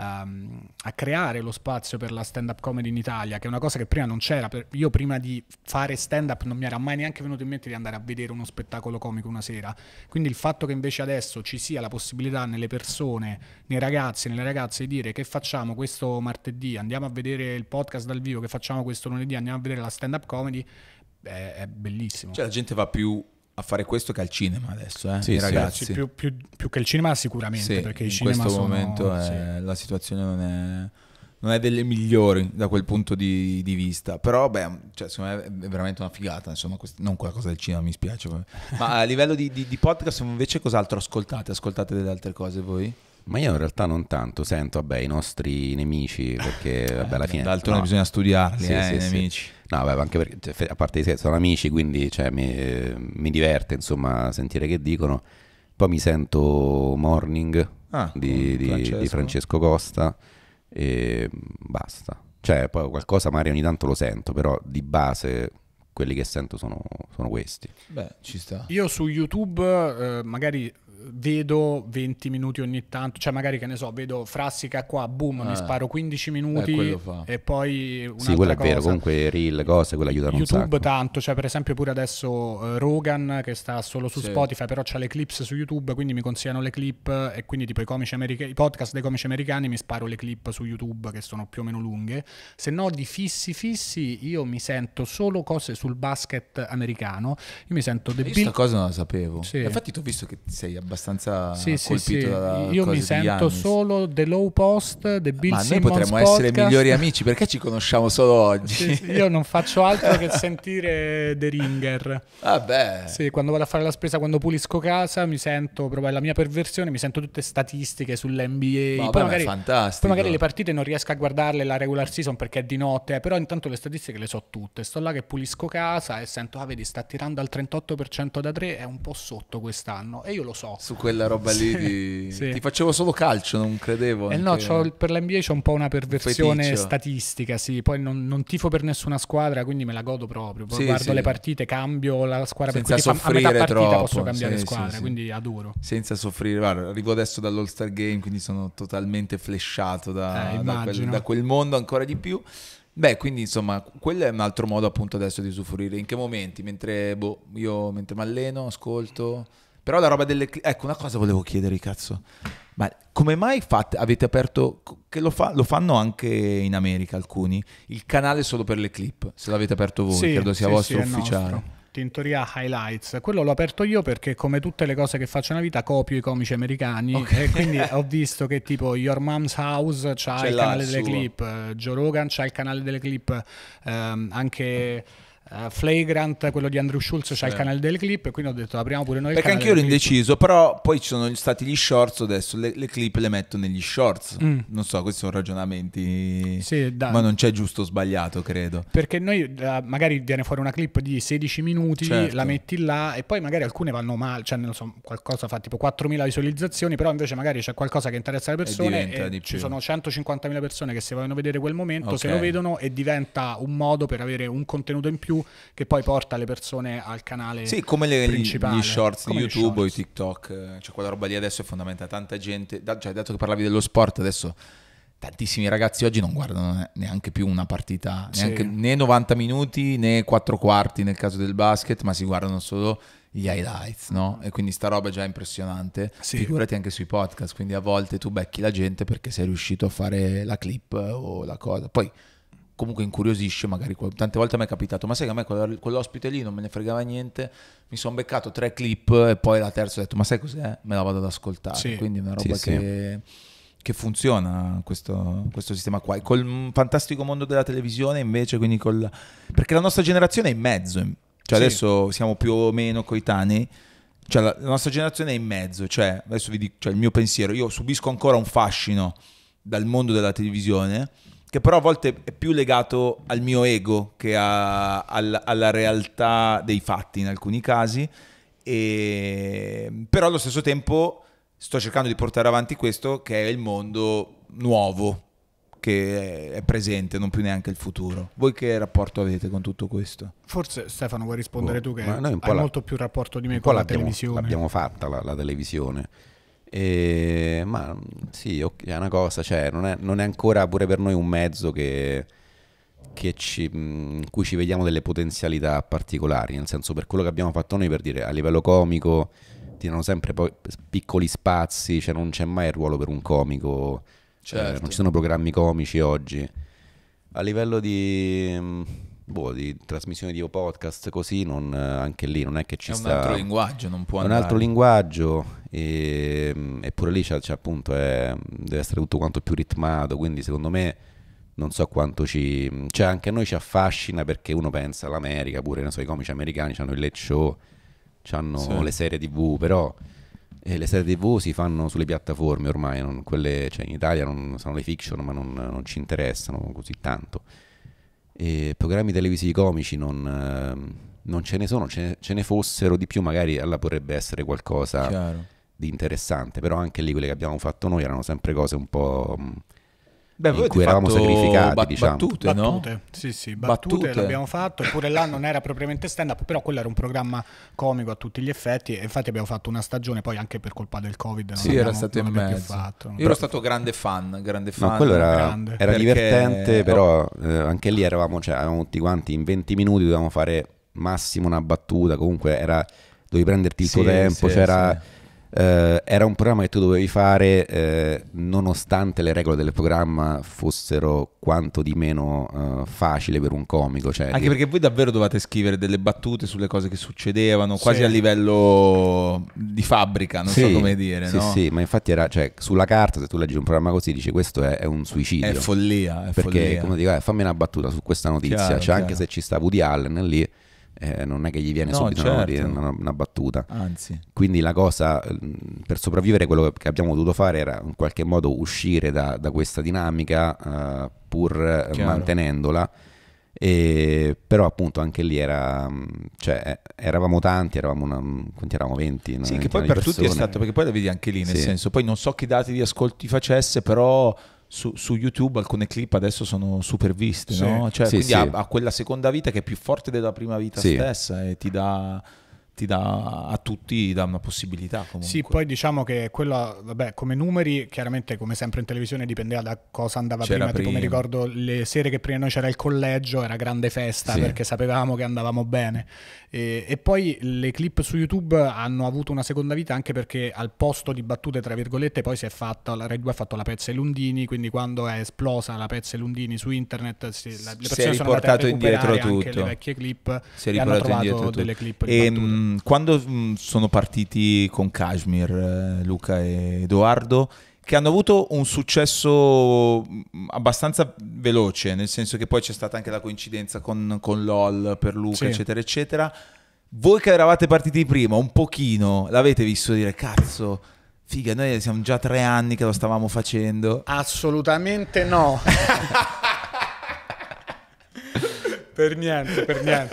creare lo spazio per la stand-up comedy in Italia, che è una cosa che prima non c'era. Io prima di fare stand-up non mi era mai neanche venuto in mente di andare a vedere uno spettacolo comico una sera, quindi il fatto che invece adesso ci sia la possibilità nelle persone, nei ragazzi, nelle ragazze, di dire che facciamo questo martedì, andiamo a vedere il podcast dal vivo, che facciamo questo lunedì, andiamo a vedere la stand-up comedy, è bellissimo. Cioè la gente va più a fare questo che al cinema adesso, Sì, i ragazzi. Più che il cinema sicuramente, perché in i cinema questo momento la situazione non è delle migliori da quel punto di vista, però cioè, secondo me è veramente una figata, insomma, non quella cosa del cinema, mi spiace, ma a livello di podcast invece cos'altro ascoltate? Ascoltate delle altre cose voi? Ma io in realtà non tanto, sento i nostri nemici, perché alla fine d'altro bisogna studiarli, i nemici. No, anche perché a parte di sé sono amici, quindi cioè, mi diverte insomma sentire che dicono. Poi mi sento Morning di Francesco Costa e basta. Cioè poi qualcosa magari ogni tanto lo sento, però di base quelli che sento sono questi. Beh, ci sta. Io su YouTube magari vedo 20 minuti ogni tanto, cioè magari che ne so, vedo Frassica qua, boom, mi sparo 15 minuti e poi un'altra sì, quello è cosa. vero, comunque reel, cose, quello aiutano YouTube un sacco. tanto, cioè per esempio pure adesso Rogan che sta solo su Spotify, però c'ha le clips su YouTube, quindi mi consigliano le clip, e quindi tipo i podcast dei comici americani mi sparo le clip su YouTube che sono più o meno lunghe. Se no di fissi io mi sento solo cose sul basket americano. Io mi sento questa cosa non la sapevo. Sì. Infatti ti ho visto che sei abbastanza colpito sì. da io cose mi sento solo The Low Post, The Bill Simmons noi potremmo podcast. essere migliori amici, perché ci conosciamo solo oggi. Sì, io non faccio altro che sentire The Ringer. Vabbè. Sì, quando vado a fare la spesa, quando pulisco casa, mi sento proprio la mia perversione, mi sento tutte statistiche sull'NBA. Poi magari, è fantastico. Poi magari le partite non riesco a guardarle la regular season perché è di notte, però intanto le statistiche le so tutte. Sto là che pulisco casa e sento, vedi, sta tirando al 38% da 3, è un po' sotto quest'anno, e io lo so. Su quella roba lì ti facevo solo calcio, non credevo. No, per l'NBA c'ho un po' una perversione statistica, sì. Poi non tifo per nessuna squadra, quindi me la godo proprio. Poi guardo le partite, cambio la squadra, senza per cui a metà partita troppo. posso cambiare squadra, quindi adoro. Senza soffrire. Guarda, arrivo adesso dall'All-Star Game, quindi sono totalmente flashato da quel mondo ancora di più. Beh, quindi insomma, quello è un altro modo appunto adesso di usufruire. In che momenti? Mentre mi alleno, ascolto. Però la roba delle ecco, una cosa volevo chiedere, cazzo. Ma come mai avete aperto, che lo fanno anche in America alcuni, il canale solo per le clip? Se l'avete aperto voi, credo sia vostro ufficiale. Tintoria Highlights, quello l'ho aperto io perché, come tutte le cose che faccio nella vita, copio i comici americani, e quindi ho visto che tipo Your Mom's House c'ha il canale delle clip, Joe Rogan c'ha il canale delle clip, anche Flagrant, quello di Andrew Schulz, c'ha il canale delle clip, e quindi ho detto apriamo pure noi il perché canale anch'io ero delle clip. indeciso, però poi ci sono stati gli shorts, adesso le clip le metto negli shorts. Non so, questi sono ragionamenti, Sì, ma non c'è giusto o sbagliato, credo. Perché noi magari viene fuori una clip di 16 minuti, Certo. la metti là e poi magari alcune vanno male, cioè non so, qualcosa fa tipo 4.000 visualizzazioni, però invece magari c'è qualcosa che interessa le persone diventa di e ci più. sono 150.000 persone che se vogliono vedere quel momento, se Ok. lo vedono, e diventa un modo per avere un contenuto in più che poi porta le persone al canale Sì, come principale. gli shorts Come di gli YouTube o i shorts. TikTok, cioè quella roba lì adesso è fondamentale. Tanta gente, cioè dato che parlavi dello sport, adesso tantissimi ragazzi oggi non guardano neanche più una partita, Sì. neanche, né 90 minuti né 4 quarti nel caso del basket, ma si guardano solo gli highlights, no? E quindi sta roba è già impressionante. Sì. Figurati anche sui podcast, quindi a volte tu becchi la gente perché sei riuscito a fare la clip o la cosa. Poi comunque incuriosisce, magari tante volte mi è capitato, ma sai che a me quell'ospite lì non me ne fregava niente, mi sono beccato 3 clip e poi la terza ho detto ma sai cos'è? Me la vado ad ascoltare. Sì. Quindi è una roba Sì, che funziona questo sistema qua. E col fantastico mondo della televisione invece, quindi perché la nostra generazione è in mezzo, cioè Sì. adesso siamo più o meno coetanei, cioè la nostra generazione è in mezzo, cioè adesso vi dico, cioè il mio pensiero, io subisco ancora un fascino dal mondo della televisione che però a volte è più legato al mio ego che alla realtà dei fatti in alcuni casi, però allo stesso tempo sto cercando di portare avanti questo che è il mondo nuovo che è presente, non più neanche il futuro. Voi che rapporto avete con tutto questo? Forse Stefano vuoi rispondere tu, che Ma noi un po' hai molto più rapporto di me un po' con la l'abbiamo televisione. fatta la televisione. Ma sì, è una cosa, cioè, non è ancora pure per noi un mezzo in cui ci vediamo delle potenzialità particolari, nel senso, per quello che abbiamo fatto noi, per dire, a livello comico ti danno sempre poi piccoli spazi, cioè non c'è mai il ruolo per un comico, Certo. non ci sono programmi comici oggi. A livello di trasmissioni di podcast così, anche lì non è che ci È un sta... altro linguaggio, non può È un andare. altro linguaggio, eppure lì c'è appunto deve essere tutto quanto più ritmato, quindi secondo me non so quanto cioè anche a noi ci affascina, perché uno pensa all'America, pure ne so, i comici americani hanno il late show, hanno Sì. le serie TV, però le serie TV si fanno sulle piattaforme ormai, quelle, cioè in Italia non sono le fiction, ma non ci interessano così tanto. E programmi televisivi comici non ce ne sono, ce ne fossero di più magari allora potrebbe essere qualcosa Chiaro. di interessante, però anche lì quelle che abbiamo fatto noi erano sempre cose un po' Beh, in voi cui avete eravamo fatto sacrificati, diciamo. battute, no? Battute, sì, battute l'abbiamo fatto, eppure là non era propriamente stand-up, però quello era un programma comico a tutti gli effetti, e infatti abbiamo fatto una stagione, poi anche per colpa del Covid non Sì, abbiamo, era stato non in abbiamo più mezzo. fatto. Io ero stato grande fan. No, quello era grande. era Perché- divertente, però anche lì avevamo tutti quanti in 20 minuti dovevamo fare massimo una battuta, comunque dovevi prenderti il tuo Sì, tempo, sì, c'era sì. era un programma che tu dovevi fare nonostante le regole del programma fossero quanto di meno facile per un comico, cioè, Anche perché voi davvero dovete scrivere delle battute sulle cose che succedevano, quasi Sì. a livello di fabbrica, non so come dire, sì, no? sì, ma infatti era, cioè, sulla carta, se tu leggi un programma così dici questo è un suicidio, È follia, è perché follia. come dico, fammi una battuta su questa notizia, Chiaro, cioè, anche chiaro. se ci sta Woody Allen lì, non è che gli viene No, subito certo. una battuta. Anzi, Quindi la cosa, per sopravvivere, quello che abbiamo dovuto fare era in qualche modo uscire da questa dinamica, pur Chiaro. mantenendola. Però appunto anche lì eravamo tanti, quanti eravamo 20, una sì, che ventina poi di per tutti è persone. stato, perché poi la vedi anche lì, nel Sì. senso, poi non so che dati di ascolti facesse, però su YouTube alcune clip adesso sono super viste, Sì. no? Cioè, Sì, quindi sì. ha quella seconda vita che è più forte della prima vita Sì. stessa e ti dà a tutti dà una possibilità comunque. Sì, poi diciamo che quello, vabbè, come numeri, chiaramente come sempre in televisione dipendeva da cosa andava C'era prima. Tipo mi prima. ricordo le sere che prima noi c'era il collegio, era grande festa, Sì. perché sapevamo che andavamo bene. E poi le clip su YouTube hanno avuto una seconda vita anche perché al posto di battute tra virgolette poi si è fatta, la Rai 2 ha fatto la Pezza e Lundini, quindi quando è esplosa la Pezza e Lundini su internet le Si è persone sono andate a riportato indietro recuperare anche tutto. le vecchie clip Si è e hanno riportato trovato indietro tutto. delle clip di battute. Quando sono partiti con Kashmir, Luca e Edoardo, che hanno avuto un successo abbastanza veloce, nel senso che poi c'è stata anche la coincidenza con LOL per Luca, eccetera, eccetera. Voi che eravate partiti prima, un pochino, l'avete visto dire, cazzo, figa, noi siamo già 3 anni che lo stavamo facendo? Assolutamente no. Per niente.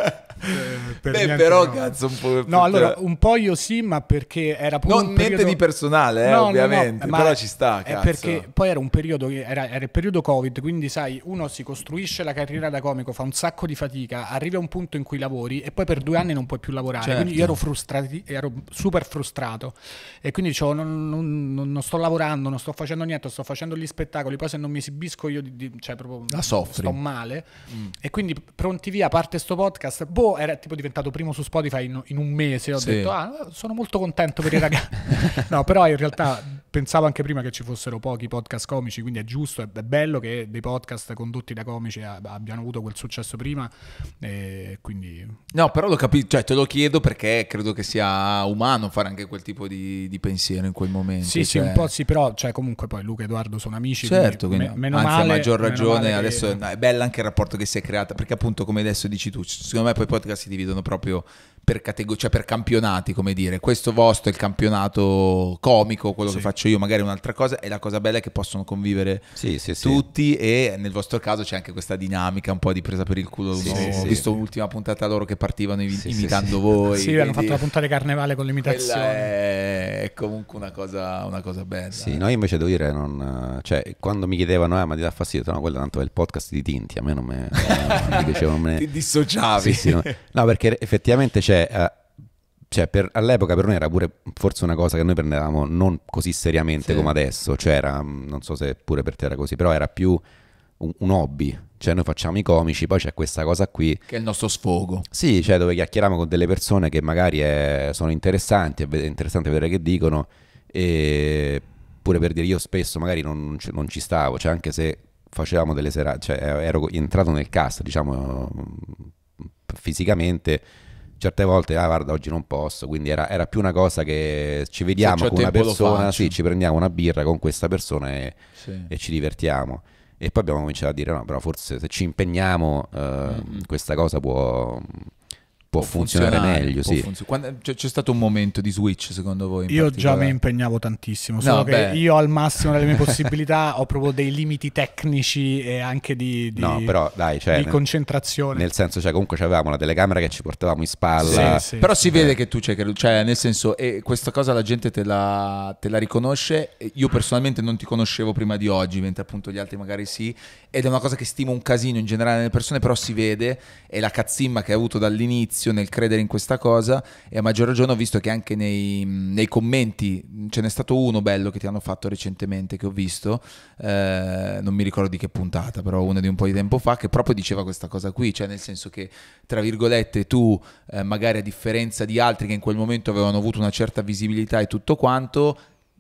Però no. Cazzo un po'. No, allora un po' io sì, ma perché era pure non un periodo... niente di personale, ovviamente, no, però ci sta, è cazzo. perché poi era un periodo che era il periodo Covid, quindi sai, uno si costruisce la carriera da comico, fa un sacco di fatica, arriva a un punto in cui lavori e poi per 2 anni non puoi più lavorare. Certo. Quindi io ero super frustrato e quindi dicevo non sto lavorando, non sto facendo niente, sto facendo gli spettacoli, poi se non mi esibisco io cioè proprio la soffri. Sto male. E quindi pronti via, parte sto podcast, era tipo diventato primo su Spotify in un mese. Ho detto sono molto contento per i ragazzi. No, però in realtà pensavo anche prima che ci fossero pochi podcast comici, quindi è giusto, è bello che dei podcast condotti da comici abbiano avuto quel successo prima, e quindi... No, però lo capisco, cioè te lo chiedo perché credo che sia umano fare anche quel tipo di pensiero in quel momento. Sì, sì, un po' sì, però cioè comunque poi Luca e Edoardo sono amici, certo, quindi meno anzi male, a maggior ragione che... adesso è bello anche il rapporto che si è creato, perché appunto come adesso dici tu, secondo me poi i podcast si dividono proprio per cioè per campionati, come dire, questo vostro è il campionato comico, quello che faccio io magari è un'altra cosa, e la cosa bella è che possono convivere tutti, e nel vostro caso c'è anche questa dinamica un po' di presa per il culo. Ho visto l'ultima puntata loro che partivano imitando voi. Sì, hanno fatto la puntata di carnevale con l'imitazione. È comunque una cosa bella. Sì, no, io invece devo dire, cioè, quando mi chiedevano, ma ti dà fastidio? No, quello tanto è il podcast di Tinti, a me non mi dicevano. Ti dissociavi. Sì, no, perché effettivamente all'epoca per noi era pure forse una cosa che noi prendevamo non così seriamente come adesso, cioè era, non so se pure per te era così, però era più un hobby, cioè noi facciamo i comici, poi c'è questa cosa qui che è il nostro sfogo, sì, cioè dove chiacchieriamo con delle persone che magari sono interessanti, è interessante vedere che dicono, e pure per dire, io spesso magari non ci stavo, cioè anche se facevamo delle serate, cioè ero entrato nel cast, diciamo, fisicamente, certe volte guarda oggi non posso, quindi era più una cosa che ci vediamo con una persona, sì, ci prendiamo una birra con questa persona e ci divertiamo, e poi abbiamo cominciato a dire no, però forse se ci impegniamo questa cosa può funzionare meglio, sì. C'è stato un momento di switch secondo voi? Io già mi impegnavo tantissimo, solo che io al massimo delle mie possibilità ho proprio dei limiti tecnici e anche di però, dai, cioè, di concentrazione. Nel senso, cioè comunque avevamo la telecamera che ci portavamo in spalla. Sì, però si vede che tu cioè nel senso, e questa cosa la gente te la riconosce. Io personalmente non ti conoscevo prima di oggi, mentre appunto gli altri magari sì, ed è una cosa che stimo un casino in generale nelle persone, però si vede, e la cazzimma che hai avuto dall'inizio nel credere in questa cosa, e a maggior ragione ho visto che anche nei commenti ce n'è stato uno bello che ti hanno fatto recentemente, che ho visto, non mi ricordo di che puntata, però uno di un po' di tempo fa, che proprio diceva questa cosa qui, cioè nel senso che tra virgolette tu magari a differenza di altri che in quel momento avevano avuto una certa visibilità e tutto quanto,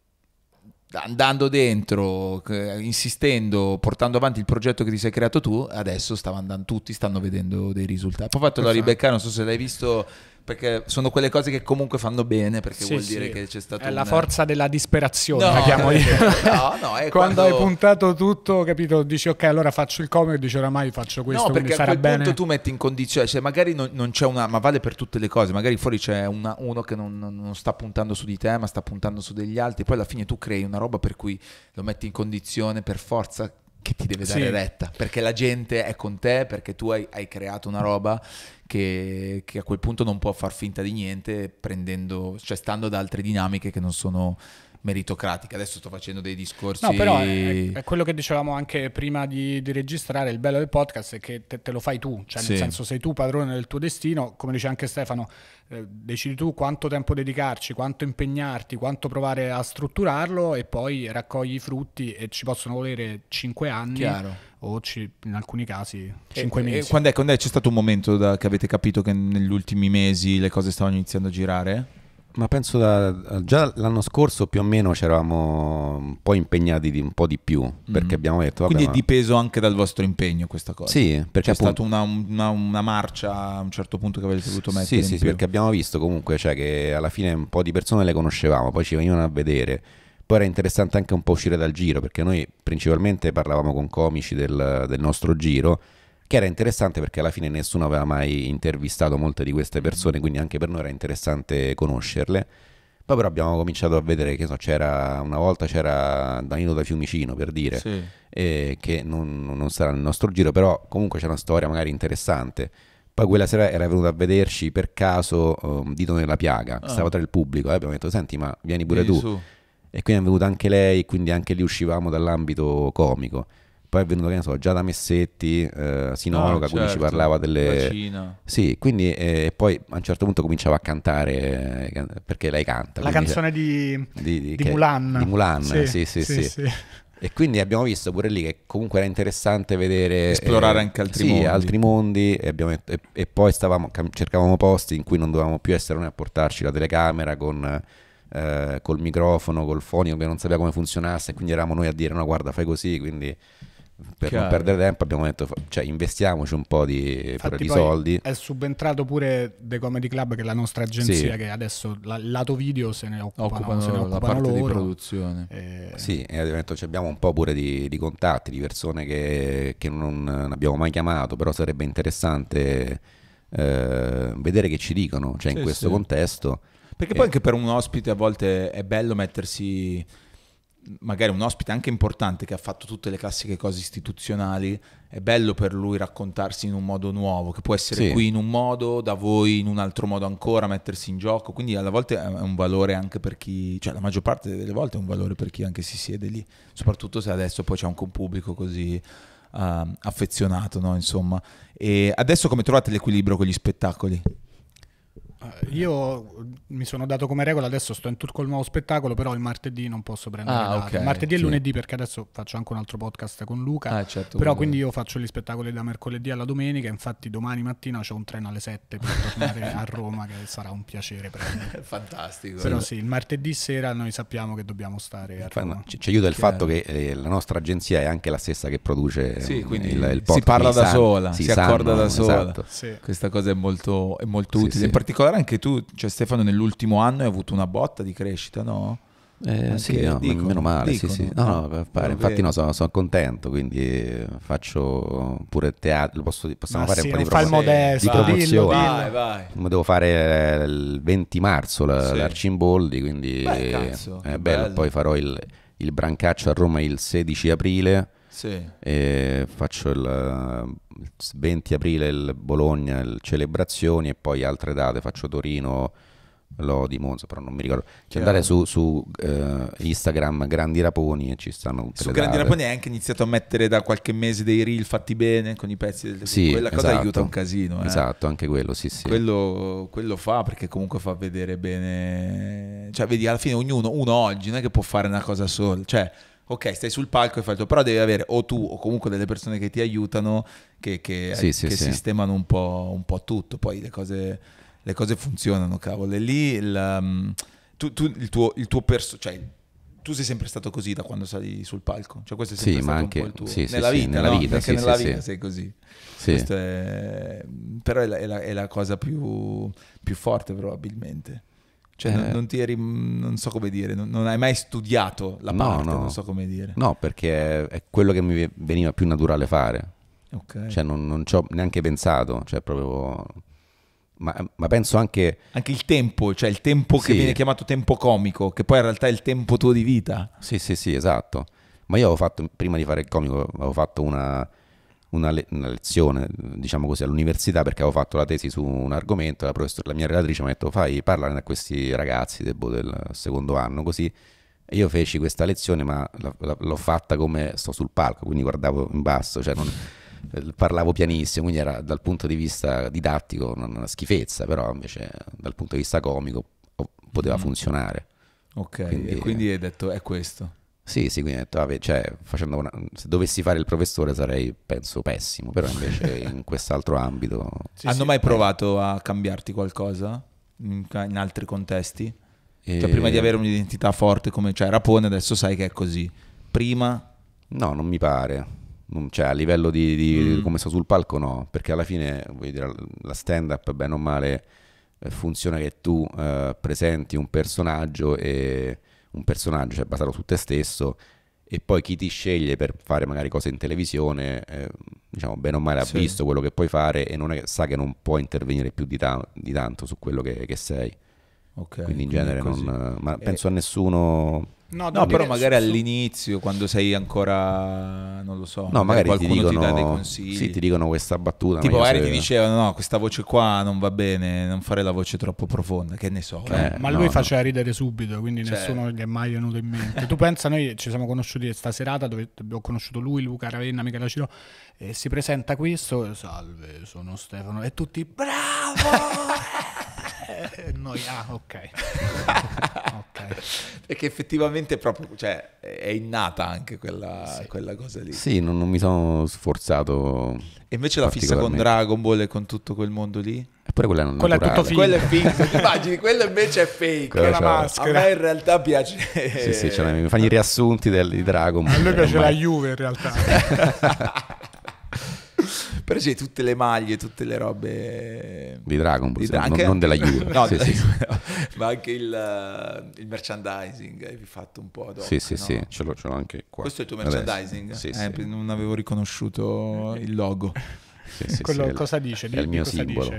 andando dentro, insistendo, portando avanti il progetto che ti sei creato tu, adesso tutti stanno vedendo dei risultati. Poi ho fatto la Rebecca, non so se l'hai visto, perché sono quelle cose che comunque fanno bene, perché vuol dire che c'è stato la forza della disperazione, la chiamo io. No, è quando hai puntato tutto, capito, dici ok, allora faccio il comico, e dici oramai faccio questo, no, perché sarà a quel bene. punto tu metti in condizione, cioè magari non c'è ma vale per tutte le cose, magari fuori c'è uno che non sta puntando su di te, ma sta puntando su degli altri, poi alla fine tu crei una roba per cui lo metti in condizione per forza che ti deve dare retta, perché la gente è con te, perché tu hai creato una roba che a quel punto non può far finta di niente, stando da altre dinamiche che non sono meritocratiche. Adesso sto facendo dei discorsi. No, però è quello che dicevamo anche prima di registrare. Il bello del podcast è che te lo fai tu, cioè nel senso sei tu padrone del tuo destino, come dice anche Stefano, decidi tu quanto tempo dedicarci, quanto impegnarti, quanto provare a strutturarlo, e poi raccogli i frutti, e ci possono volere 5 anni. Chiaro. O in alcuni casi 5 mesi. Quando è c'è stato un momento che avete capito che negli ultimi mesi le cose stavano iniziando a girare? Ma penso già l'anno scorso più o meno ci eravamo un po' impegnati un po' di più, perché abbiamo detto quindi è dipeso anche dal vostro impegno questa cosa? Sì, perché c'è stata una marcia a un certo punto che avete voluto mettere sì, perché abbiamo visto comunque, cioè, che alla fine un po' di persone le conoscevamo, poi ci venivano a vedere, poi era interessante anche un po' uscire dal giro, perché noi principalmente parlavamo con comici del nostro giro, che era interessante perché alla fine nessuno aveva mai intervistato molte di queste persone, quindi anche per noi era interessante conoscerle. Poi però abbiamo cominciato a vedere che una volta c'era Danilo da Fiumicino, per dire, Sì. che non sarà nel nostro giro, però comunque c'è una storia magari interessante. Poi quella sera era venuto a vederci per caso Dito nella piaga, che stava tra il pubblico, e abbiamo detto senti ma vieni pure tu. Su. E quindi è venuta anche lei, quindi anche lì uscivamo dall'ambito comico. Poi è venuto, che ne so, Giada Messetti, sinologa, quindi ci parlava delle... Cina. Sì, quindi poi a un certo punto cominciava a cantare, perché lei canta. La canzone di Mulan. Di Mulan, sì. E quindi abbiamo visto pure lì che comunque era interessante vedere... Esplorare anche altri mondi. Altri mondi, e poi cercavamo posti in cui non dovevamo più essere noi a portarci la telecamera col microfono, col fonico che non sapeva come funzionasse, e quindi eravamo noi a dire no guarda fai così, quindi per non perdere tempo abbiamo detto investiamoci un po' di soldi. È subentrato pure The Comedy Club, che è la nostra agenzia, che adesso lato video se ne occupano la parte loro. di produzione. Sì, e abbiamo un po' pure di contatti di persone che non abbiamo mai chiamato, però sarebbe interessante vedere che ci dicono, cioè in questo contesto. Perché poi anche per un ospite a volte è bello mettersi, magari un ospite anche importante che ha fatto tutte le classiche cose istituzionali, è bello per lui raccontarsi in un modo nuovo, che può essere qui in un modo, da voi in un altro modo ancora, mettersi in gioco, quindi alla volte è un valore anche per chi, cioè la maggior parte delle volte è un valore per chi anche si siede lì, soprattutto se adesso poi c'è anche un pubblico così affezionato, no? Insomma. E adesso come trovate l'equilibrio con gli spettacoli? Io mi sono dato come regola, adesso sto in tour col nuovo spettacolo, però il martedì non posso prendere date. Okay, Martedì e lunedì, perché adesso faccio anche un altro podcast con Luca, certo, però quindi io faccio gli spettacoli da mercoledì alla domenica, infatti domani mattina c'ho un treno alle 7 per tornare a Roma, che sarà un piacere prendere. Fantastico. Però sì, il martedì sera noi sappiamo che dobbiamo stare a Roma. Ci aiuta il fatto che la nostra agenzia è anche la stessa che produce quindi il podcast. si parla da sola, si accorda da sola. Esatto. Sì. Questa cosa è molto utile. In particolare anche tu, cioè Stefano, nell'ultimo anno hai avuto una botta di crescita, no? Meno male, sì. No, infatti sono contento, quindi faccio pure teatro, possiamo fare un po' di promozione. Vai. Devo fare il 20 marzo l'Arcimboldi, quindi è bello. Poi farò il Brancaccio a Roma il 16 aprile. Sì. E faccio il 20 aprile il Bologna, il Celebrazioni, e poi altre date, faccio Torino, Lodi, Monza, però non mi ricordo. Andare su Instagram Grandi Raponi e ci stanno tutte le Grandi date. Raponi hai anche iniziato a mettere da qualche mese dei reel fatti bene con i pezzi quella cosa aiuta un casino. Esatto, anche quello, sì. Quello fa, perché comunque fa vedere bene, cioè vedi alla fine uno oggi non è che può fare una cosa sola, cioè ok, stai sul palco e fai il tuo, però devi avere o tu o comunque delle persone che ti aiutano, che sistemano un po' tutto, poi le cose funzionano, cavolo. E lì cioè tu sei sempre stato così da quando sali sul palco, cioè questo è sempre stato anche, un po' il tuo nella vita, anche nella vita sei così. Sì. Però è la cosa più forte probabilmente. Cioè non so come dire, non hai mai studiato la parte, non so come dire. No, perché è quello che mi veniva più naturale fare. Okay. Cioè non ci ho neanche pensato, cioè proprio... Ma penso anche il tempo, cioè il tempo che viene chiamato tempo comico, che poi in realtà è il tempo tuo di vita. Sì, esatto. Ma io avevo fatto, prima di fare il comico, avevo fatto una lezione, diciamo così, all'università, perché avevo fatto la tesi su un argomento. La mia relatrice mi ha detto parlare a questi ragazzi del secondo anno, così. E io feci questa lezione, ma l'ho fatta come sto sul palco, quindi guardavo in basso, cioè parlavo pianissimo, quindi era dal punto di vista didattico una schifezza, però invece dal punto di vista comico poteva funzionare. Ok, quindi hai detto è questo. Sì, quindi ho detto, se dovessi fare il professore sarei, penso, pessimo, però invece in quest'altro ambito... Hanno mai provato a cambiarti qualcosa in altri contesti? Cioè prima di avere un'identità forte come Rapone, adesso sai che è così. Prima? No, non mi pare. Cioè a livello di come sto sul palco no, perché alla fine voglio dire, la stand-up bene o male funziona che tu presenti un personaggio e un personaggio, cioè basato su te stesso, e poi chi ti sceglie per fare magari cose in televisione, diciamo bene o male ha visto quello che puoi fare e sa che non può intervenire più di tanto su quello che sei. Quindi in genere ma penso a nessuno. No, però magari all'inizio, quando sei ancora, non lo so, no, magari qualcuno ti dà dei consigli. Sì, ti dicono questa battuta. Tipo magari ti dicevano, no, questa voce qua non va bene, non fare la voce troppo profonda, che ne so. Ma lui faceva ridere subito, quindi nessuno gli è mai venuto in mente. Tu pensa, noi ci siamo conosciuti questa serata dove abbiamo conosciuto lui, Luca Ravenna, Michela Ciro, e si presenta questo, salve, sono Stefano, e tutti, bravo! E noi, ok. Perché effettivamente proprio, cioè, è innata anche quella cosa lì. Sì, non mi sono sforzato. E invece la fissa con Dragon Ball e con tutto quel mondo lì? Eppure quella non è tutto finto. Quello è finto, immagini, quello invece è fake. La maschera. A me in realtà piace. Sì, cioè, mi fanno i riassunti di Dragon Ball. A lui piace la Juve in realtà. Però c'è tutte le maglie, tutte le robe di Dragon Ball, non della Juve. No, ma anche il merchandising hai fatto un po' dopo. Sì, ce l'ho anche qua. Questo è il tuo merchandising? Sì. Non avevo riconosciuto il logo. Quello cosa dice? È il mio simbolo.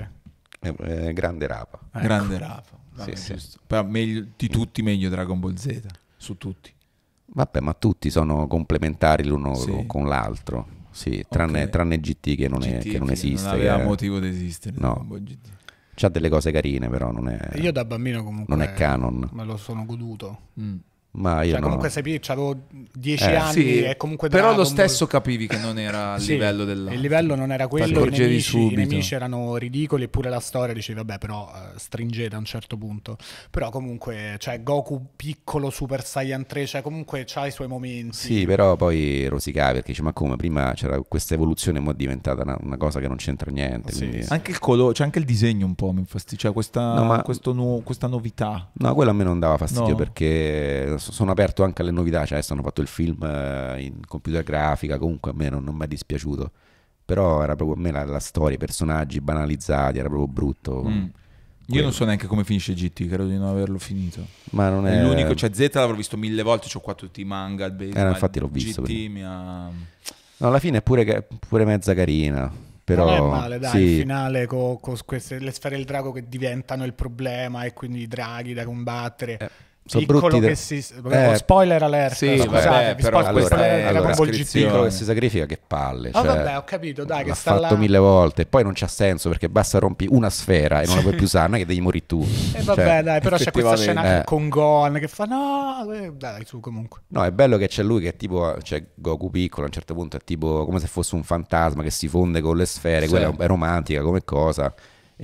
Grande rapa. Grande rapa. Però di tutti meglio Dragon Ball Z, su tutti. Vabbè, ma tutti sono complementari l'uno con l'altro. Sì, tranne GT che non esiste. Non aveva motivo di esistere. No. C'ha delle cose carine, però non è. Io da bambino comunque non è canon. Me lo sono goduto. Ma io comunque avevo 10 anni e comunque però lo stesso capivi che non era il livello dell'altro. Il livello non era quello, i nemici erano ridicoli, eppure la storia dicevi vabbè, però stringete a un certo punto. Però comunque, cioè, Goku piccolo, Super Saiyan 3, cioè comunque c'ha i suoi momenti. Sì, però poi rosicavi perché dice ma come prima c'era questa evoluzione, ma è diventata una cosa che non c'entra niente. Quindi. Anche il colore, c'è anche il disegno un po' mi infastidia, cioè questa novità. No, quello a me non dava fastidio perché sono aperto anche alle novità, cioè adesso hanno fatto il film in computer grafica, comunque a me non mi è dispiaciuto, però era proprio a me la storia, i personaggi banalizzati, era proprio brutto. Io non so neanche come finisce GT, credo di non averlo finito. Ma non è l'unico, cioè Z l'avrò visto 1000 volte, c'ho qua tutti i manga, il base, infatti l'ho visto. GT mi ha... No, alla fine è pure mezza carina. Però, non è male, dai, il finale con queste, le sfere del drago che diventano il problema e quindi i draghi da combattere. Piccolo che spoiler alert, scusate, piccolo che si sacrifica, che palle, cioè, vabbè, ho capito, dai, che l'ha sta fatto 1000 volte e poi non c'ha senso perché basta rompi una sfera e non la puoi più usare, non è che devi morire tu. E vabbè, dai, però c'è questa scena con Gohan che fa no, dai, su comunque. No, è bello che c'è lui che è tipo, cioè Goku piccolo a un certo punto è tipo come se fosse un fantasma che si fonde con le sfere, quella è romantica come cosa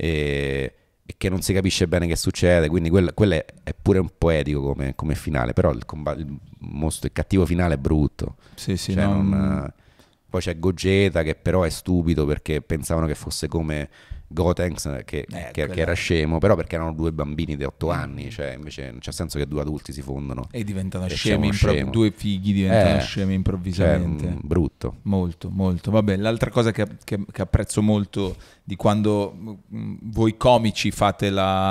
e che non si capisce bene che succede, quindi quello è pure un poetico come finale, però il cattivo finale è brutto. Sì, cioè poi c'è Gogeta che però è stupido perché pensavano che fosse come Gotenks che era scemo, però perché erano due bambini di 8 anni, cioè invece non c'è senso che due adulti si fondono e diventano scemi, due figli diventano scemi improvvisamente, cioè, brutto, molto molto. Vabbè, l'altra cosa che apprezzo molto di quando voi comici fate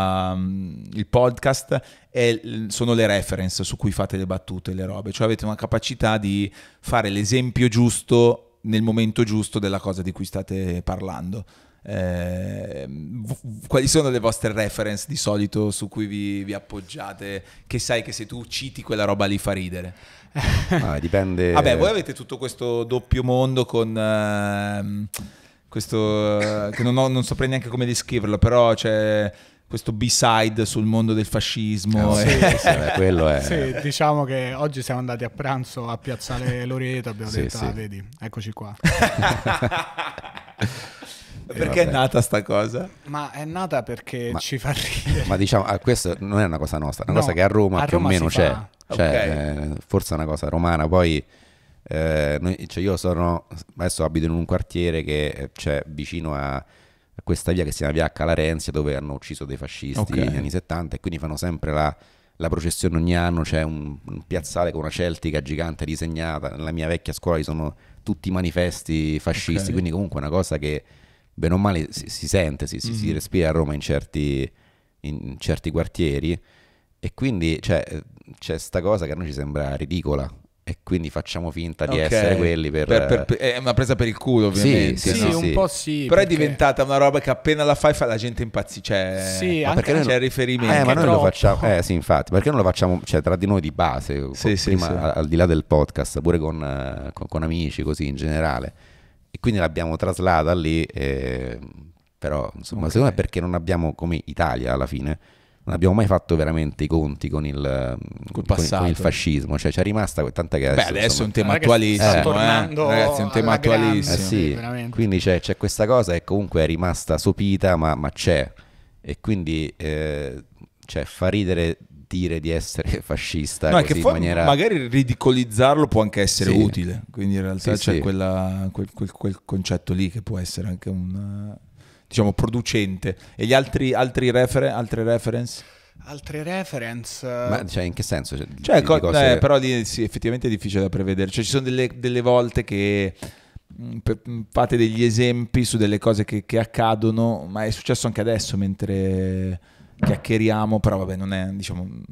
il podcast sono le reference su cui fate le battute, le robe, cioè avete una capacità di fare l'esempio giusto nel momento giusto della cosa di cui state parlando. Quali sono le vostre reference di solito su cui vi appoggiate, che sai che se tu citi quella roba lì fa ridere? Dipende. Vabbè, voi avete tutto questo doppio mondo con questo che non saprei neanche come descriverlo, però c'è questo B-side sul mondo del fascismo. Quello è. Sì, diciamo che oggi siamo andati a pranzo a Piazzale Loreto, abbiamo detto, vedi, eccoci qua. Perché è nata sta cosa? Ma è nata perque ci fa ridere. Ma diciamo, questa non è una cosa nostra, è una cosa che a Roma più o meno c'è. Cioè, forse è una cosa romana. Poi io adesso abito in un quartiere che c'è vicino a questa via che si chiama Via Calarenzia, dove hanno ucciso dei fascisti negli anni 70 e quindi fanno sempre la processione ogni anno. C'è un piazzale con una celtica gigante disegnata. Nella mia vecchia scuola ci sono tutti i manifesti fascisti, quindi comunque è una cosa che bene o male si sente, si respira a Roma in certi quartieri. E quindi c'è sta cosa che a noi ci sembra ridicola. E quindi facciamo finta di essere quelli è una presa per il culo, ovviamente. Sì, no? un po' sì. Però è diventata una roba che appena la fai la gente impazzisce. Sì, ma perché c'è il riferimento. Ma noi troppo. lo facciamo. Sì, infatti, perché non lo facciamo, cioè, tra di noi di base, prima, al di là del podcast, pure con amici, così in generale. E quindi l'abbiamo traslata lì. Però, insomma, secondo me è perché non abbiamo, come Italia alla fine, non abbiamo mai fatto veramente i conti con il fascismo, cioè c'è rimasta tanta che adesso è un tema attualissimo, ragazzi, è un tema attualissimo. Sì, quindi c'è questa cosa che comunque è rimasta sopita, ma c'è, e quindi fa ridere dire di essere fascista, no, così, che in maniera... magari ridicolizzare può anche essere utile, quindi in realtà c'è quel concetto lì che può essere anche un... diciamo producente. E gli altre reference? Altre reference? Ma cioè, in che senso? Però lì sì, effettivamente è difficile da prevedere. Cioè ci sono delle volte che fate degli esempi su delle cose che accadono, ma è successo anche adesso mentre chiacchieriamo, però vabbè, non è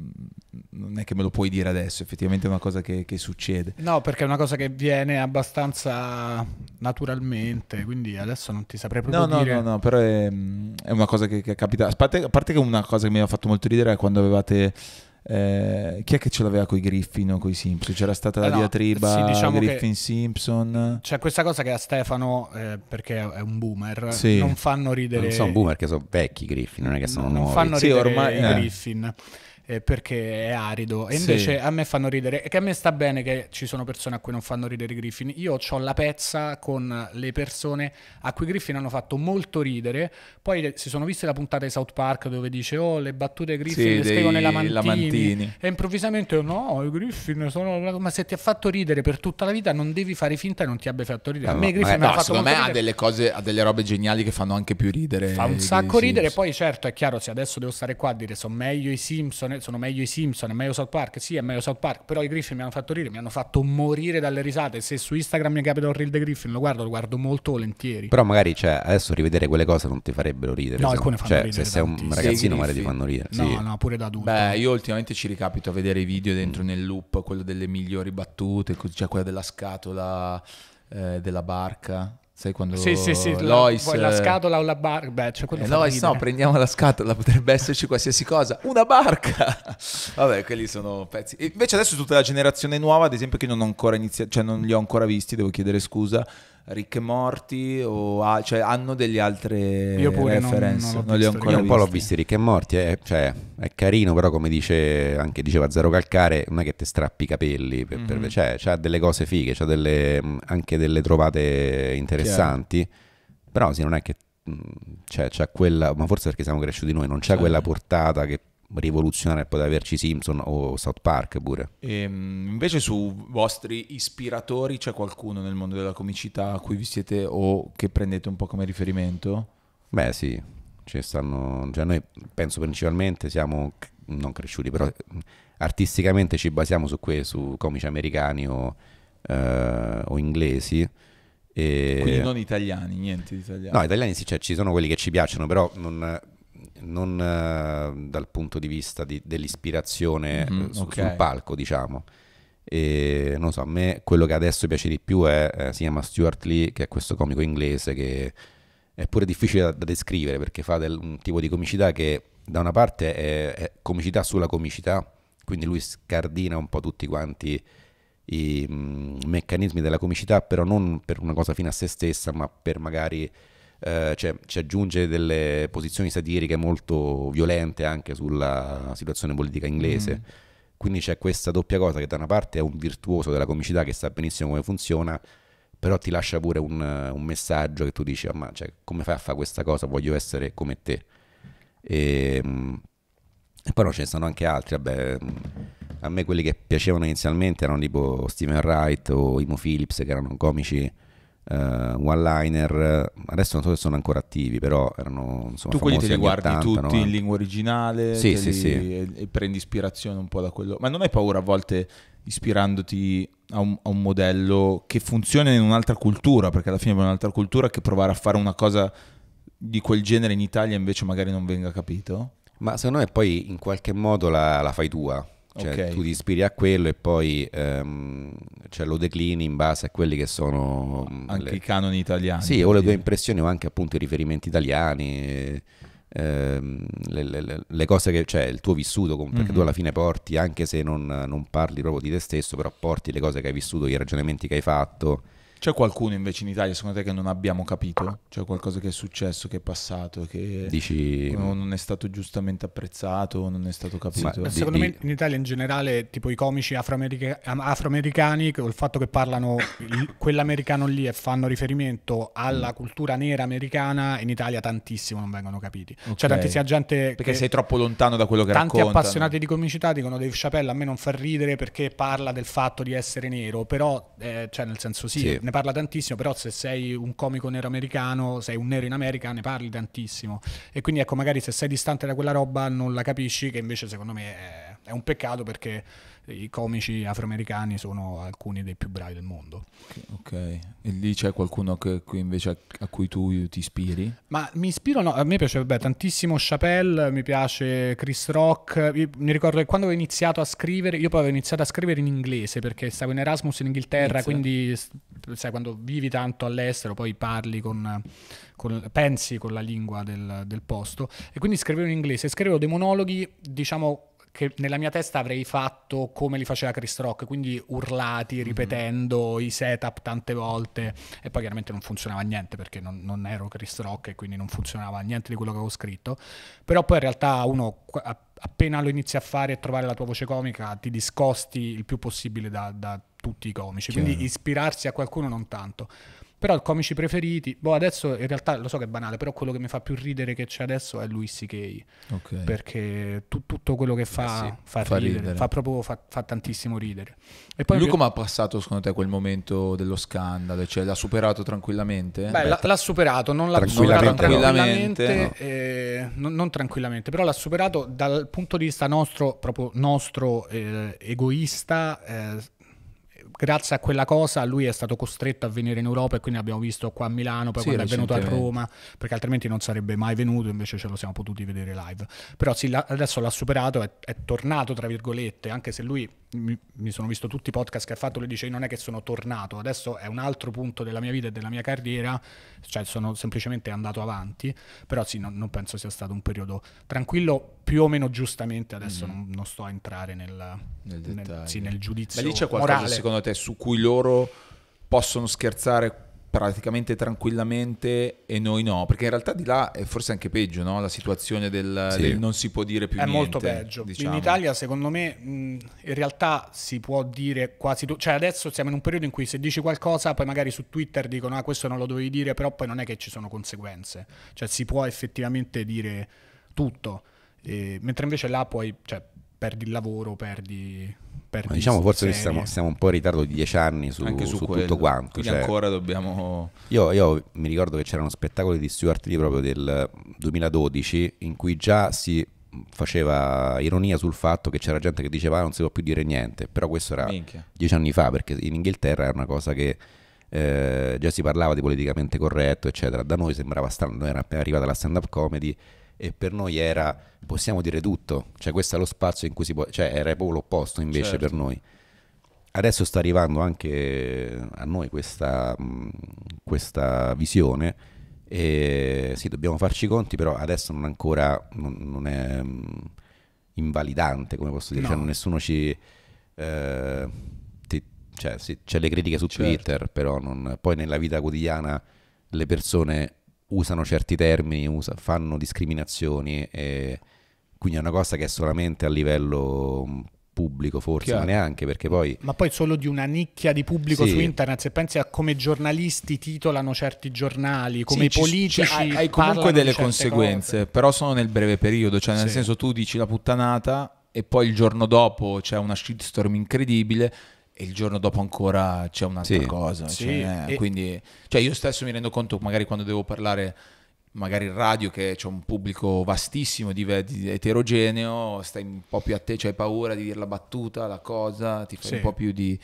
che me lo puoi dire adesso, effettivamente è una cosa che succede. No, perché è una cosa che viene abbastanza naturalmente, quindi adesso non ti saprei proprio dire. No, però è una cosa che capita. A parte che una cosa che mi ha fatto molto ridere è quando avevate... chi è che ce l'aveva coi Griffin o coi Simpson? C'era stata la diatriba, sì, diciamo Griffin Simpson. C'è questa cosa che a Stefano, perché è un boomer, sì, non fanno ridere. Non sono boomer, che sono vecchi Griffin, non è che sono nuovi. Non fanno ridere ormai, i Griffin. Perché è arido, e invece a me fanno ridere, e che a me sta bene che ci sono persone a cui non fanno ridere i Griffin. Io ho la pezza con le persone a cui i Griffin hanno fatto molto ridere, poi si sono viste la puntata di South Park dove dice le battute Griffin le scrivono i lamantini, e improvvisamente no, i Griffin sono... Ma se ti ha fatto ridere per tutta la vita non devi fare finta che non ti abbia fatto ridere. A me i Griffin hanno fatto secondo me ha delle cose, ha delle robe geniali che fanno anche più ridere, fa un sacco ridere. Poi certo è chiaro, se adesso devo stare qua a dire sono meglio i Simpson, è meglio South Park, sì, è meglio South Park, però i Griffin mi hanno fatto ridere, mi hanno fatto morire dalle risate. Se su Instagram mi capita un reel dei Griffin lo guardo molto volentieri. Però magari adesso rivedere quelle cose non ti farebbero ridere. No, alcune fanno ridere. Se sei un ragazzino magari ti fanno ridere. No, pure da adulto. Io ultimamente ci ricapito a vedere i video dentro nel loop, quello delle migliori battute, cioè quella della scatola, della barca. Sai quando Lois, vuoi la scatola o la barca? Beh, c'è quello Lois, no, prendiamo la scatola, potrebbe esserci qualsiasi cosa, una barca. Vabbè, quelli sono pezzi. E invece adesso tutta la generazione nuova, ad esempio, che non ho ancora iniziato, cioè non li ho ancora visti, devo chiedere scusa. Rick e Morty cioè hanno delle altre reference. Non li ho ancora visti. Io un po' l'ho visti Rick e Morty, è carino, però come diceva Zero Calcare, non è che te strappi i capelli, c'ha delle cose fighe, c'ha anche delle trovate interessanti. Chiaro. Però sì, non è che c'ha quella, ma forse perché siamo cresciuti noi, non c'ha quella portata che rivoluzionaria poteva averci Simpson o South Park pure. Invece su vostri ispiratori c'è qualcuno nel mondo della comicità a cui vi siete o che prendete un po' come riferimento? Beh sì, ci stanno, cioè noi penso principalmente siamo non cresciuti, però artisticamente ci basiamo su comici americani o inglesi. Quindi non italiani, niente di italiano. No, italiani sì, cioè, ci sono quelli che ci piacciono, però non dal punto di vista dell'ispirazione sul palco, diciamo. E non so, a me quello che adesso piace di più si chiama Stuart Lee, che è questo comico inglese che è pure difficile da descrivere, perché fa un tipo di comicità che da una parte è comicità sulla comicità, quindi lui scardina un po' tutti quanti i meccanismi della comicità, però non per una cosa fine a se stessa, ma per magari ci aggiunge delle posizioni satiriche molto violente anche sulla situazione politica inglese. Quindi c'è questa doppia cosa, che da una parte è un virtuoso della comicità che sa benissimo come funziona, però ti lascia pure un messaggio che tu dici ma come fai a fare questa cosa, voglio essere come te. E poi no, ce ne sono anche altri. Vabbè, a me quelli che piacevano inizialmente erano tipo Steven Wright o Imo Phillips, che erano comici one-liner. Adesso non so se sono ancora attivi, però erano, insomma, tu quelli te li guardi 80, tutti 90. in lingua originale, sì. E prendi ispirazione un po' da quello. Ma non hai paura a volte, ispirandoti a un modello che funziona in un'altra cultura, perché alla fine è un'altra cultura, che provare a fare una cosa di quel genere in Italia invece magari non venga capito? Ma secondo me poi in qualche modo la fai tua. Cioè, tu ti ispiri a quello e poi lo declini in base a quelli che sono anche i canoni italiani. Sì, o le tue impressioni o anche appunto i riferimenti italiani, le cose che c'è, il tuo vissuto, perché tu alla fine porti, anche se non parli proprio di te stesso, però porti le cose che hai vissuto, i ragionamenti che hai fatto. C'è qualcuno invece in Italia, secondo te, che non abbiamo capito? C'è qualcosa che è successo, che è passato, che Dici... non è stato giustamente apprezzato, non è stato capito? Ma secondo me in Italia in generale, tipo i comici afroamericani, il fatto che parlano quell'americano lì e fanno riferimento alla cultura nera americana, in Italia tantissimo non vengono capiti. C'è tantissima gente... Perché sei troppo lontano da quello che raccontano. Tanti appassionati di comicità dicono Dave Chappelle a me non fa ridere perché parla del fatto di essere nero, però, cioè nel senso sì. Ne parla tantissimo, però se sei un comico nero americano, sei un nero in America, ne parli tantissimo. E quindi ecco, magari se sei distante da quella roba non la capisci, che invece secondo me è un peccato, perché i comici afroamericani sono alcuni dei più bravi del mondo. Ok, e lì c'è qualcuno che invece a cui tu ti ispiri? Ma mi ispiro, no, a me piace tantissimo Chappelle, mi piace Chris Rock. Io mi ricordo che quando avevo iniziato a scrivere, io poi avevo iniziato a scrivere in inglese perché stavo in Erasmus in Inghilterra, quindi sai, quando vivi tanto all'estero poi parli pensi con la lingua del posto, e quindi scrivevo in inglese, scrivevo dei monologhi, diciamo, che nella mia testa avrei fatto come li faceva Chris Rock, quindi urlati, ripetendo i setup tante volte, e poi chiaramente non funzionava niente perché non ero Chris Rock e quindi non funzionava niente di quello che avevo scritto. Però poi in realtà uno appena lo inizi a fare e trovare la tua voce comica ti discosti il più possibile da tutti i comici. Chiaro. Quindi ispirarsi a qualcuno non tanto. Però i comici preferiti, adesso in realtà lo so che è banale, però quello che mi fa più ridere che c'è adesso è Louis C.K. Perché tutto quello che fa ridere, fa tantissimo ridere. E poi lui come ha passato secondo te quel momento dello scandalo? Cioè l'ha superato tranquillamente? L'ha superato, non tranquillamente, però l'ha superato dal punto di vista nostro egoista. Grazie a quella cosa lui è stato costretto a venire in Europa, e quindi l'abbiamo visto qua a Milano, poi quando è venuto a Roma, perché altrimenti non sarebbe mai venuto, invece ce lo siamo potuti vedere live. Però sì, adesso l'ha superato, è tornato tra virgolette, anche se lui, mi sono visto tutti i podcast che ha fatto, lui dice non è che sono tornato, adesso è un altro punto della mia vita e della mia carriera, cioè sono semplicemente andato avanti. Però sì, non penso sia stato un periodo tranquillo, più o meno giustamente, adesso non sto a entrare nel giudizio. Ma lì c'è qualcosa morale, secondo te su cui loro possono scherzare praticamente tranquillamente e noi no? Perché in realtà di là è forse anche peggio, no? La situazione del non si può dire più è niente. È molto peggio. Diciamo. In Italia secondo me in realtà si può dire quasi tutto. Cioè adesso siamo in un periodo in cui se dici qualcosa poi magari su Twitter dicono questo non lo dovevi dire, però poi non è che ci sono conseguenze. Cioè si può effettivamente dire tutto. Mentre invece là poi perdi il lavoro, perdi diciamo forse noi stiamo un po' in ritardo di 10 anni su tutto quanto. Quindi ancora dobbiamo... Io mi ricordo che c'erano spettacoli di Stuart Lee proprio del 2012 in cui già si faceva ironia sul fatto che c'era gente che diceva non si può più dire niente, però questo era 10 anni fa, perché in Inghilterra era una cosa che già si parlava di politicamente corretto eccetera. Da noi sembrava strano, noi era appena arrivata la stand-up comedy e per noi era possiamo dire tutto, cioè questo è lo spazio in cui si può, cioè era proprio l'opposto invece per noi. Adesso sta arrivando anche a noi questa visione e sì, dobbiamo farci i conti, però adesso non è invalidante, come posso dire, cioè nessuno ci c'è le critiche su Twitter, però poi nella vita quotidiana le persone usano certi termini, fanno discriminazioni, e quindi è una cosa che è solamente a livello pubblico forse, ma neanche, perché poi... Ma poi solo di una nicchia di pubblico su internet, se pensi a come giornalisti titolano certi giornali, come i politici hai comunque delle conseguenze, però sono nel breve periodo, cioè nel senso tu dici la puttanata e poi il giorno dopo c'è una shitstorm incredibile e il giorno dopo ancora c'è un'altra cosa. Quindi io stesso mi rendo conto magari quando devo parlare magari in radio che c'è un pubblico vastissimo, di eterogeneo, stai un po' più a te, c'hai paura di dire la battuta, la cosa, ti fai un po' più di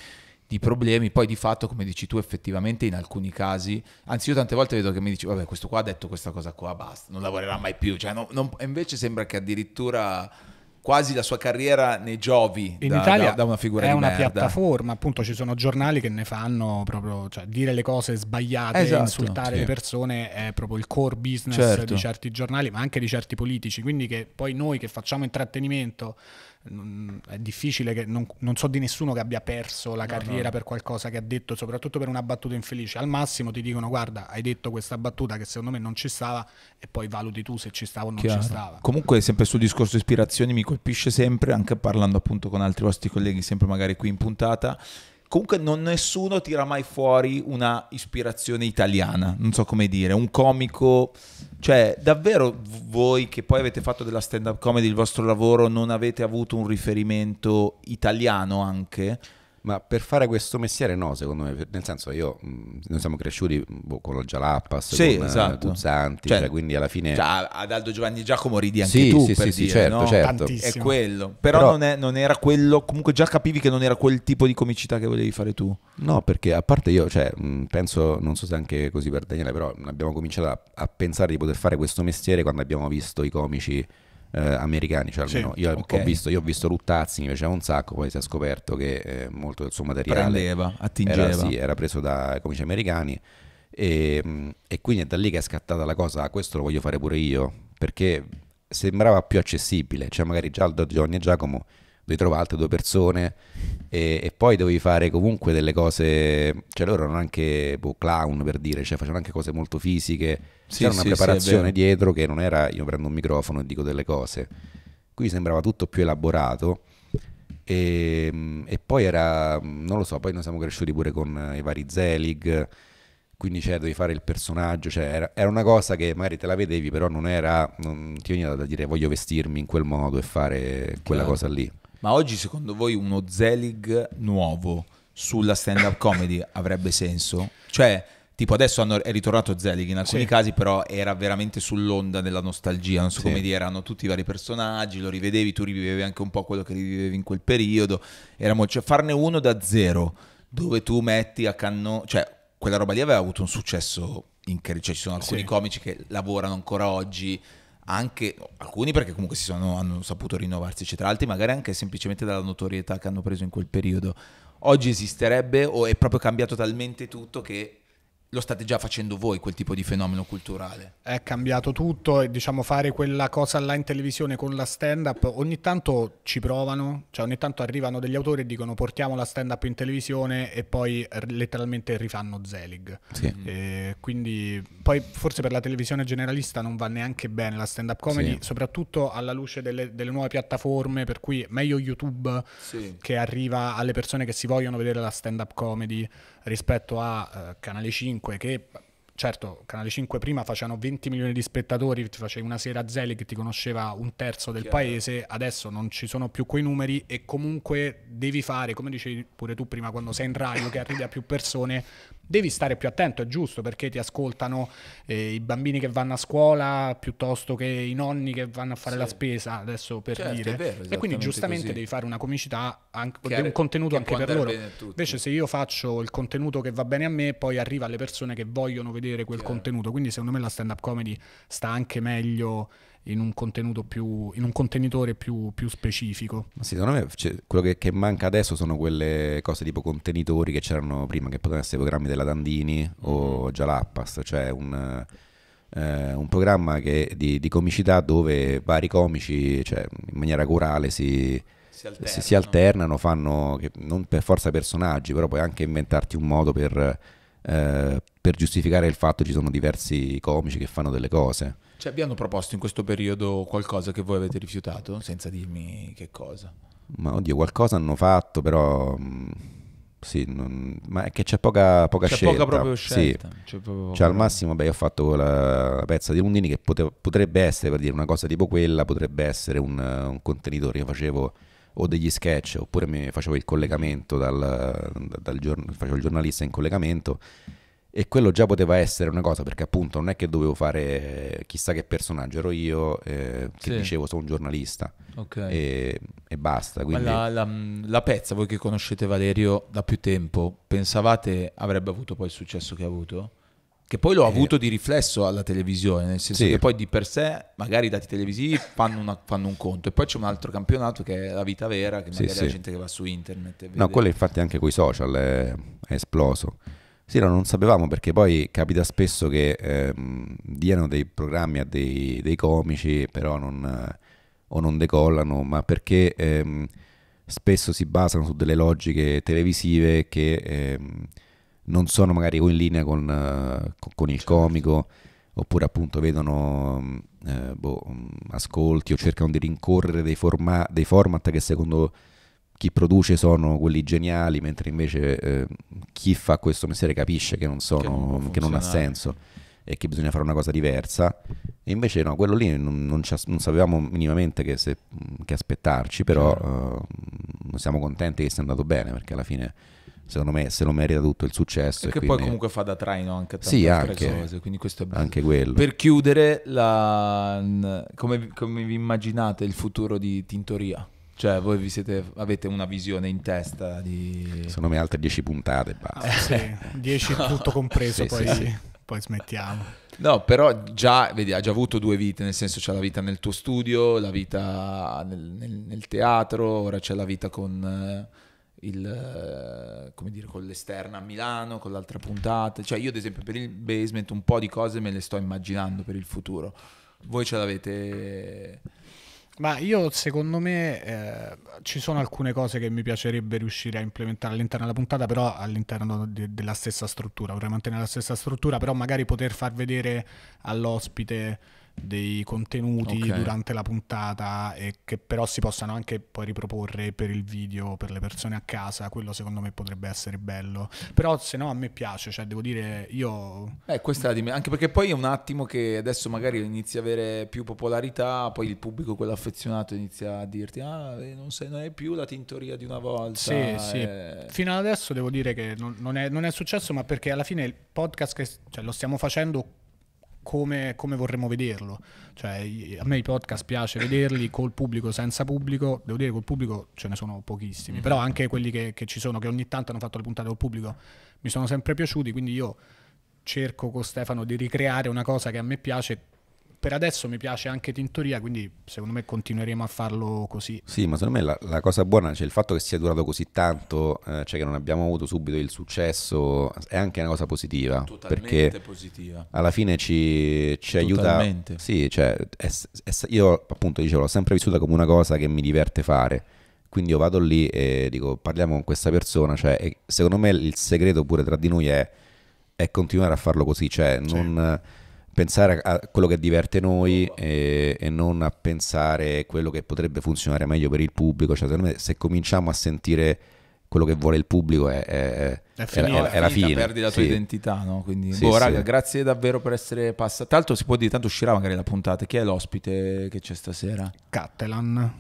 di problemi. Poi di fatto, come dici tu, effettivamente in alcuni casi, anzi io tante volte vedo che mi dici vabbè, questo qua ha detto questa cosa qua, basta, non lavorerà mai più, cioè e invece sembra che addirittura quasi la sua carriera ne giovi in Italia da una figura è di una merda. piattaforma, appunto ci sono giornali che ne fanno proprio, cioè dire le cose sbagliate, Esatto, insultare sì. le persone è proprio il core business Certo. di certi giornali, ma anche di certi politici, quindi che poi noi che facciamo intrattenimento è difficile che non so di nessuno che abbia perso la carriera per qualcosa che ha detto, soprattutto per una battuta infelice. Al massimo ti dicono guarda, hai detto questa battuta che secondo me non ci stava, e poi valuti tu se ci stava o non Chiaro. ci stava. Comunque sempre sul discorso ispirazioni mi colpisce sempre, anche parlando appunto con altri vostri colleghi, sempre magari qui in puntata, comunque nessuno tira mai fuori una ispirazione italiana, non so come dire, un comico, cioè davvero voi che poi avete fatto della stand-up comedy il vostro lavoro non avete avuto un riferimento italiano anche? Ma per fare questo mestiere no, secondo me, nel senso noi siamo cresciuti con lo Jalappas, Sì, con esatto. Guzzanti, Cioè, cioè, quindi alla fine... Cioè, ad Aldo Giovanni e Giacomo ridi anche Sì, tu, sì, per sì, dire, certo, no? certo. È Tantissimo. quello, però non era quello, comunque già capivi che non era quel tipo di comicità che volevi fare tu. No, perché a parte io, cioè, penso, non so se anche così per Daniele, però abbiamo cominciato a pensare di poter fare questo mestiere quando abbiamo visto i comici americani, cioè almeno Sì, io ok. ho visto Luttazzi, mi piaceva un sacco, poi si è scoperto che molto del suo materiale Prendeva, attingeva. era preso dai comici americani e quindi è da lì che è scattata la cosa, questo lo voglio fare pure io, perché sembrava più accessibile, cioè magari già Aldo, Giovanni e Giacomo dovevi trovare altre due persone e poi dovevi fare comunque delle cose, cioè loro erano anche clown per dire, cioè facevano anche cose molto fisiche, c'era una sì, preparazione è vero. dietro che non era io prendo un microfono e dico delle cose, qui sembrava tutto più elaborato e poi era, non lo so, poi noi siamo cresciuti pure con i vari Zelig, quindi dovevi fare il personaggio, cioè era una cosa che magari te la vedevi però non ti veniva da dire voglio vestirmi in quel modo e fare quella Chiaro. cosa lì. Ma oggi secondo voi uno Zelig nuovo sulla stand-up comedy avrebbe senso? Cioè, tipo adesso è ritornato Zelig in alcuni Sì. casi, però era veramente sull'onda della nostalgia, non so Sì. come dire, erano tutti i vari personaggi, lo rivedevi, tu rivivevi anche un po' quello che rivivevi in quel periodo, cioè farne uno da zero, dove tu metti a cioè quella roba lì aveva avuto un successo incredibile, cioè ci sono alcuni Sì. comici che lavorano ancora oggi, anche alcuni perché comunque hanno saputo rinnovarsi eccetera, altri magari anche semplicemente dalla notorietà che hanno preso in quel periodo. Oggi esisterebbe o è proprio cambiato talmente tutto che lo state già facendo voi quel tipo di fenomeno culturale? È cambiato tutto e diciamo fare quella cosa là in televisione con la stand-up, ogni tanto ci provano, cioè ogni tanto arrivano degli autori e dicono portiamo la stand-up in televisione e poi letteralmente rifanno Zelig. Sì. Quindi poi forse per la televisione generalista non va neanche bene la stand-up comedy, Sì. soprattutto alla luce delle nuove piattaforme, per cui meglio YouTube che arriva alle persone che si vogliono vedere la stand-up comedy rispetto a Canale 5 che certo Canale 5 prima facevano 20 milioni di spettatori, ti facevi una sera Zelig che ti conosceva un terzo del paese, adesso non ci sono più quei numeri e comunque devi fare, come dicevi pure tu prima quando sei in radio che arrivi a più persone, devi stare più attento, è giusto, perché ti ascoltano i bambini che vanno a scuola piuttosto che i nonni che vanno a fare la spesa, adesso per Certo, dire, è vero, e quindi esattamente giustamente così. devi fare una comicità, anche, Che un contenuto che anche può per andare loro. bene a tutti. Invece se io faccio il contenuto che va bene a me, poi arriva alle persone che vogliono vedere quel contenuto, quindi secondo me la stand-up comedy sta anche meglio in un contenuto più, in un contenitore più specifico. Ma sì, secondo me quello che manca adesso sono quelle cose tipo contenitori che c'erano prima, che potevano essere programmi della Dandini o Jalappas, cioè un programma di comicità dove vari comici, cioè in maniera corale si alternano, fanno non per forza personaggi, però puoi anche inventarti un modo per giustificare il fatto che ci sono diversi comici che fanno delle cose. Cioè, abbiamo proposto in questo periodo qualcosa che voi avete rifiutato, senza dirmi che cosa? Ma oddio, qualcosa hanno fatto, però sì, ma è che c'è poca C'è scelta. poca proprio Sì. scelta. C'è proprio Cioè al massimo, io ho fatto la pezza di Lundini che potrebbe essere, per dire una cosa tipo quella, potrebbe essere un contenitore. Io facevo o degli sketch oppure facevo il collegamento facevo il giornalista in collegamento E quello già poteva essere una cosa, perché appunto non è che dovevo fare chissà che personaggio, ero io che dicevo sono un giornalista, e basta. Quindi... Ma la Pezza, voi che conoscete Valerio da più tempo, pensavate avrebbe avuto poi il successo che ha avuto? Che poi lo ha avuto di riflesso alla televisione, nel senso che poi di per sé magari i dati televisivi fanno un conto, e poi c'è un altro campionato che è la vita vera, che magari è la gente che va su internet e vede. No, quello infatti anche coi social è esploso. Sì, no, non sapevamo, perché poi capita spesso che diano dei programmi a dei comici, però non decollano, ma perché spesso si basano su delle logiche televisive che non sono magari in linea con il comico, oppure appunto vedono ascolti o cercano di rincorrere dei format che secondo chi produce sono quelli geniali, mentre invece chi fa questo mestiere capisce che non ha senso e che bisogna fare una cosa diversa. E invece no, quello lì non sapevamo minimamente che aspettarci, però siamo contenti che sia andato bene, perché alla fine secondo me se lo merita tutto il successo. E che quindi... poi comunque fa da traino anche a tante altre cose, quindi questo è bello. Anche quello. Per chiudere, come vi immaginate il futuro di Tintoria? Cioè voi avete una visione in testa di... Secondo me altre 10 puntate basta. 10 tutto compreso, poi smettiamo. No, però già vedi, ha già avuto 2 vite, nel senso c'è la vita nel tuo studio, la vita nel teatro, ora c'è la vita con con l'esterna a Milano, con l'altra puntata. Cioè io ad esempio per il Basement un po' di cose me le sto immaginando per il futuro. Voi ce l'avete... Ma io secondo me ci sono alcune cose che mi piacerebbe riuscire a implementare all'interno della puntata, però all'interno della stessa struttura. Vorrei mantenere la stessa struttura, però magari poter far vedere all'ospite dei contenuti durante la puntata, e che però si possano anche poi riproporre per il video per le persone a casa. Quello secondo me potrebbe essere bello, però se no a me piace, cioè devo dire io questa è anche perché poi è un attimo che adesso magari inizia a avere più popolarità, poi il pubblico, quello affezionato, inizia a dirti non è più la Tintoria di una volta. Sì. Fino ad adesso devo dire che non è successo, ma perché alla fine il podcast lo stiamo facendo come vorremmo vederlo. Cioè a me i podcast piace vederli col pubblico, senza pubblico. Devo dire che col pubblico ce ne sono pochissimi, però anche quelli che ci sono, che ogni tanto hanno fatto le puntate col pubblico, mi sono sempre piaciuti, quindi io cerco con Stefano di ricreare una cosa che a me piace. Per adesso mi piace anche Tintoria, quindi secondo me continueremo a farlo così. Sì, ma secondo me la cosa buona, cioè il fatto che sia durato così tanto, cioè che non abbiamo avuto subito il successo, è anche una cosa positiva. Totalmente perché positiva. Alla fine ci aiuta. Sì, cioè io appunto dicevo, l'ho sempre vissuta come una cosa che mi diverte fare. Quindi io vado lì e dico parliamo con questa persona, cioè, e secondo me il segreto pure tra di noi è continuare a farlo così, cioè non pensare a quello che diverte noi e non a pensare quello che potrebbe funzionare meglio per il pubblico. Cioè secondo me se cominciamo a sentire quello che vuole il pubblico è la fine, perdi la tua identità, no? Quindi raga, grazie davvero per essere passati. Tra l'altro si può dire, tanto uscirà magari la puntata. Chi è l'ospite che c'è stasera? Cattelan.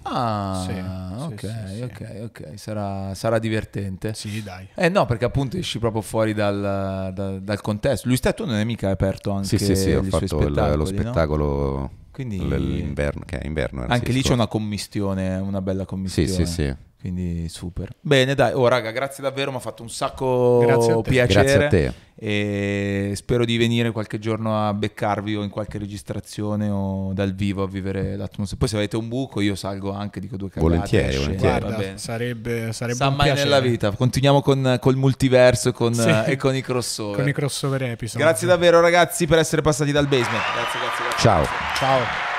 Ok, sarà divertente. Sì, dai. No, perché appunto esci proprio fuori dal contesto. Lui stesso non è mica aperto anche ho fatto suoi lo spettacolo, no? Quindi l'inverno, che è inverno. Anche lì c'è una commistione, una bella commistione. Sì. Quindi super. Bene, dai. Raga, grazie davvero, mi ha fatto un sacco piacere. Grazie a te. E spero di venire qualche giorno a beccarvi o in qualche registrazione o dal vivo a vivere l'atmosfera. Poi se avete un buco io salgo anche, dico 2 cagate. Volentieri. Guarda, sarebbe Sa un mai piacere. nella vita. Continuiamo col multiverso e con i crossover. Con i crossover episodi. Grazie davvero ragazzi per essere passati dal basement. Grazie. Ciao. Ciao.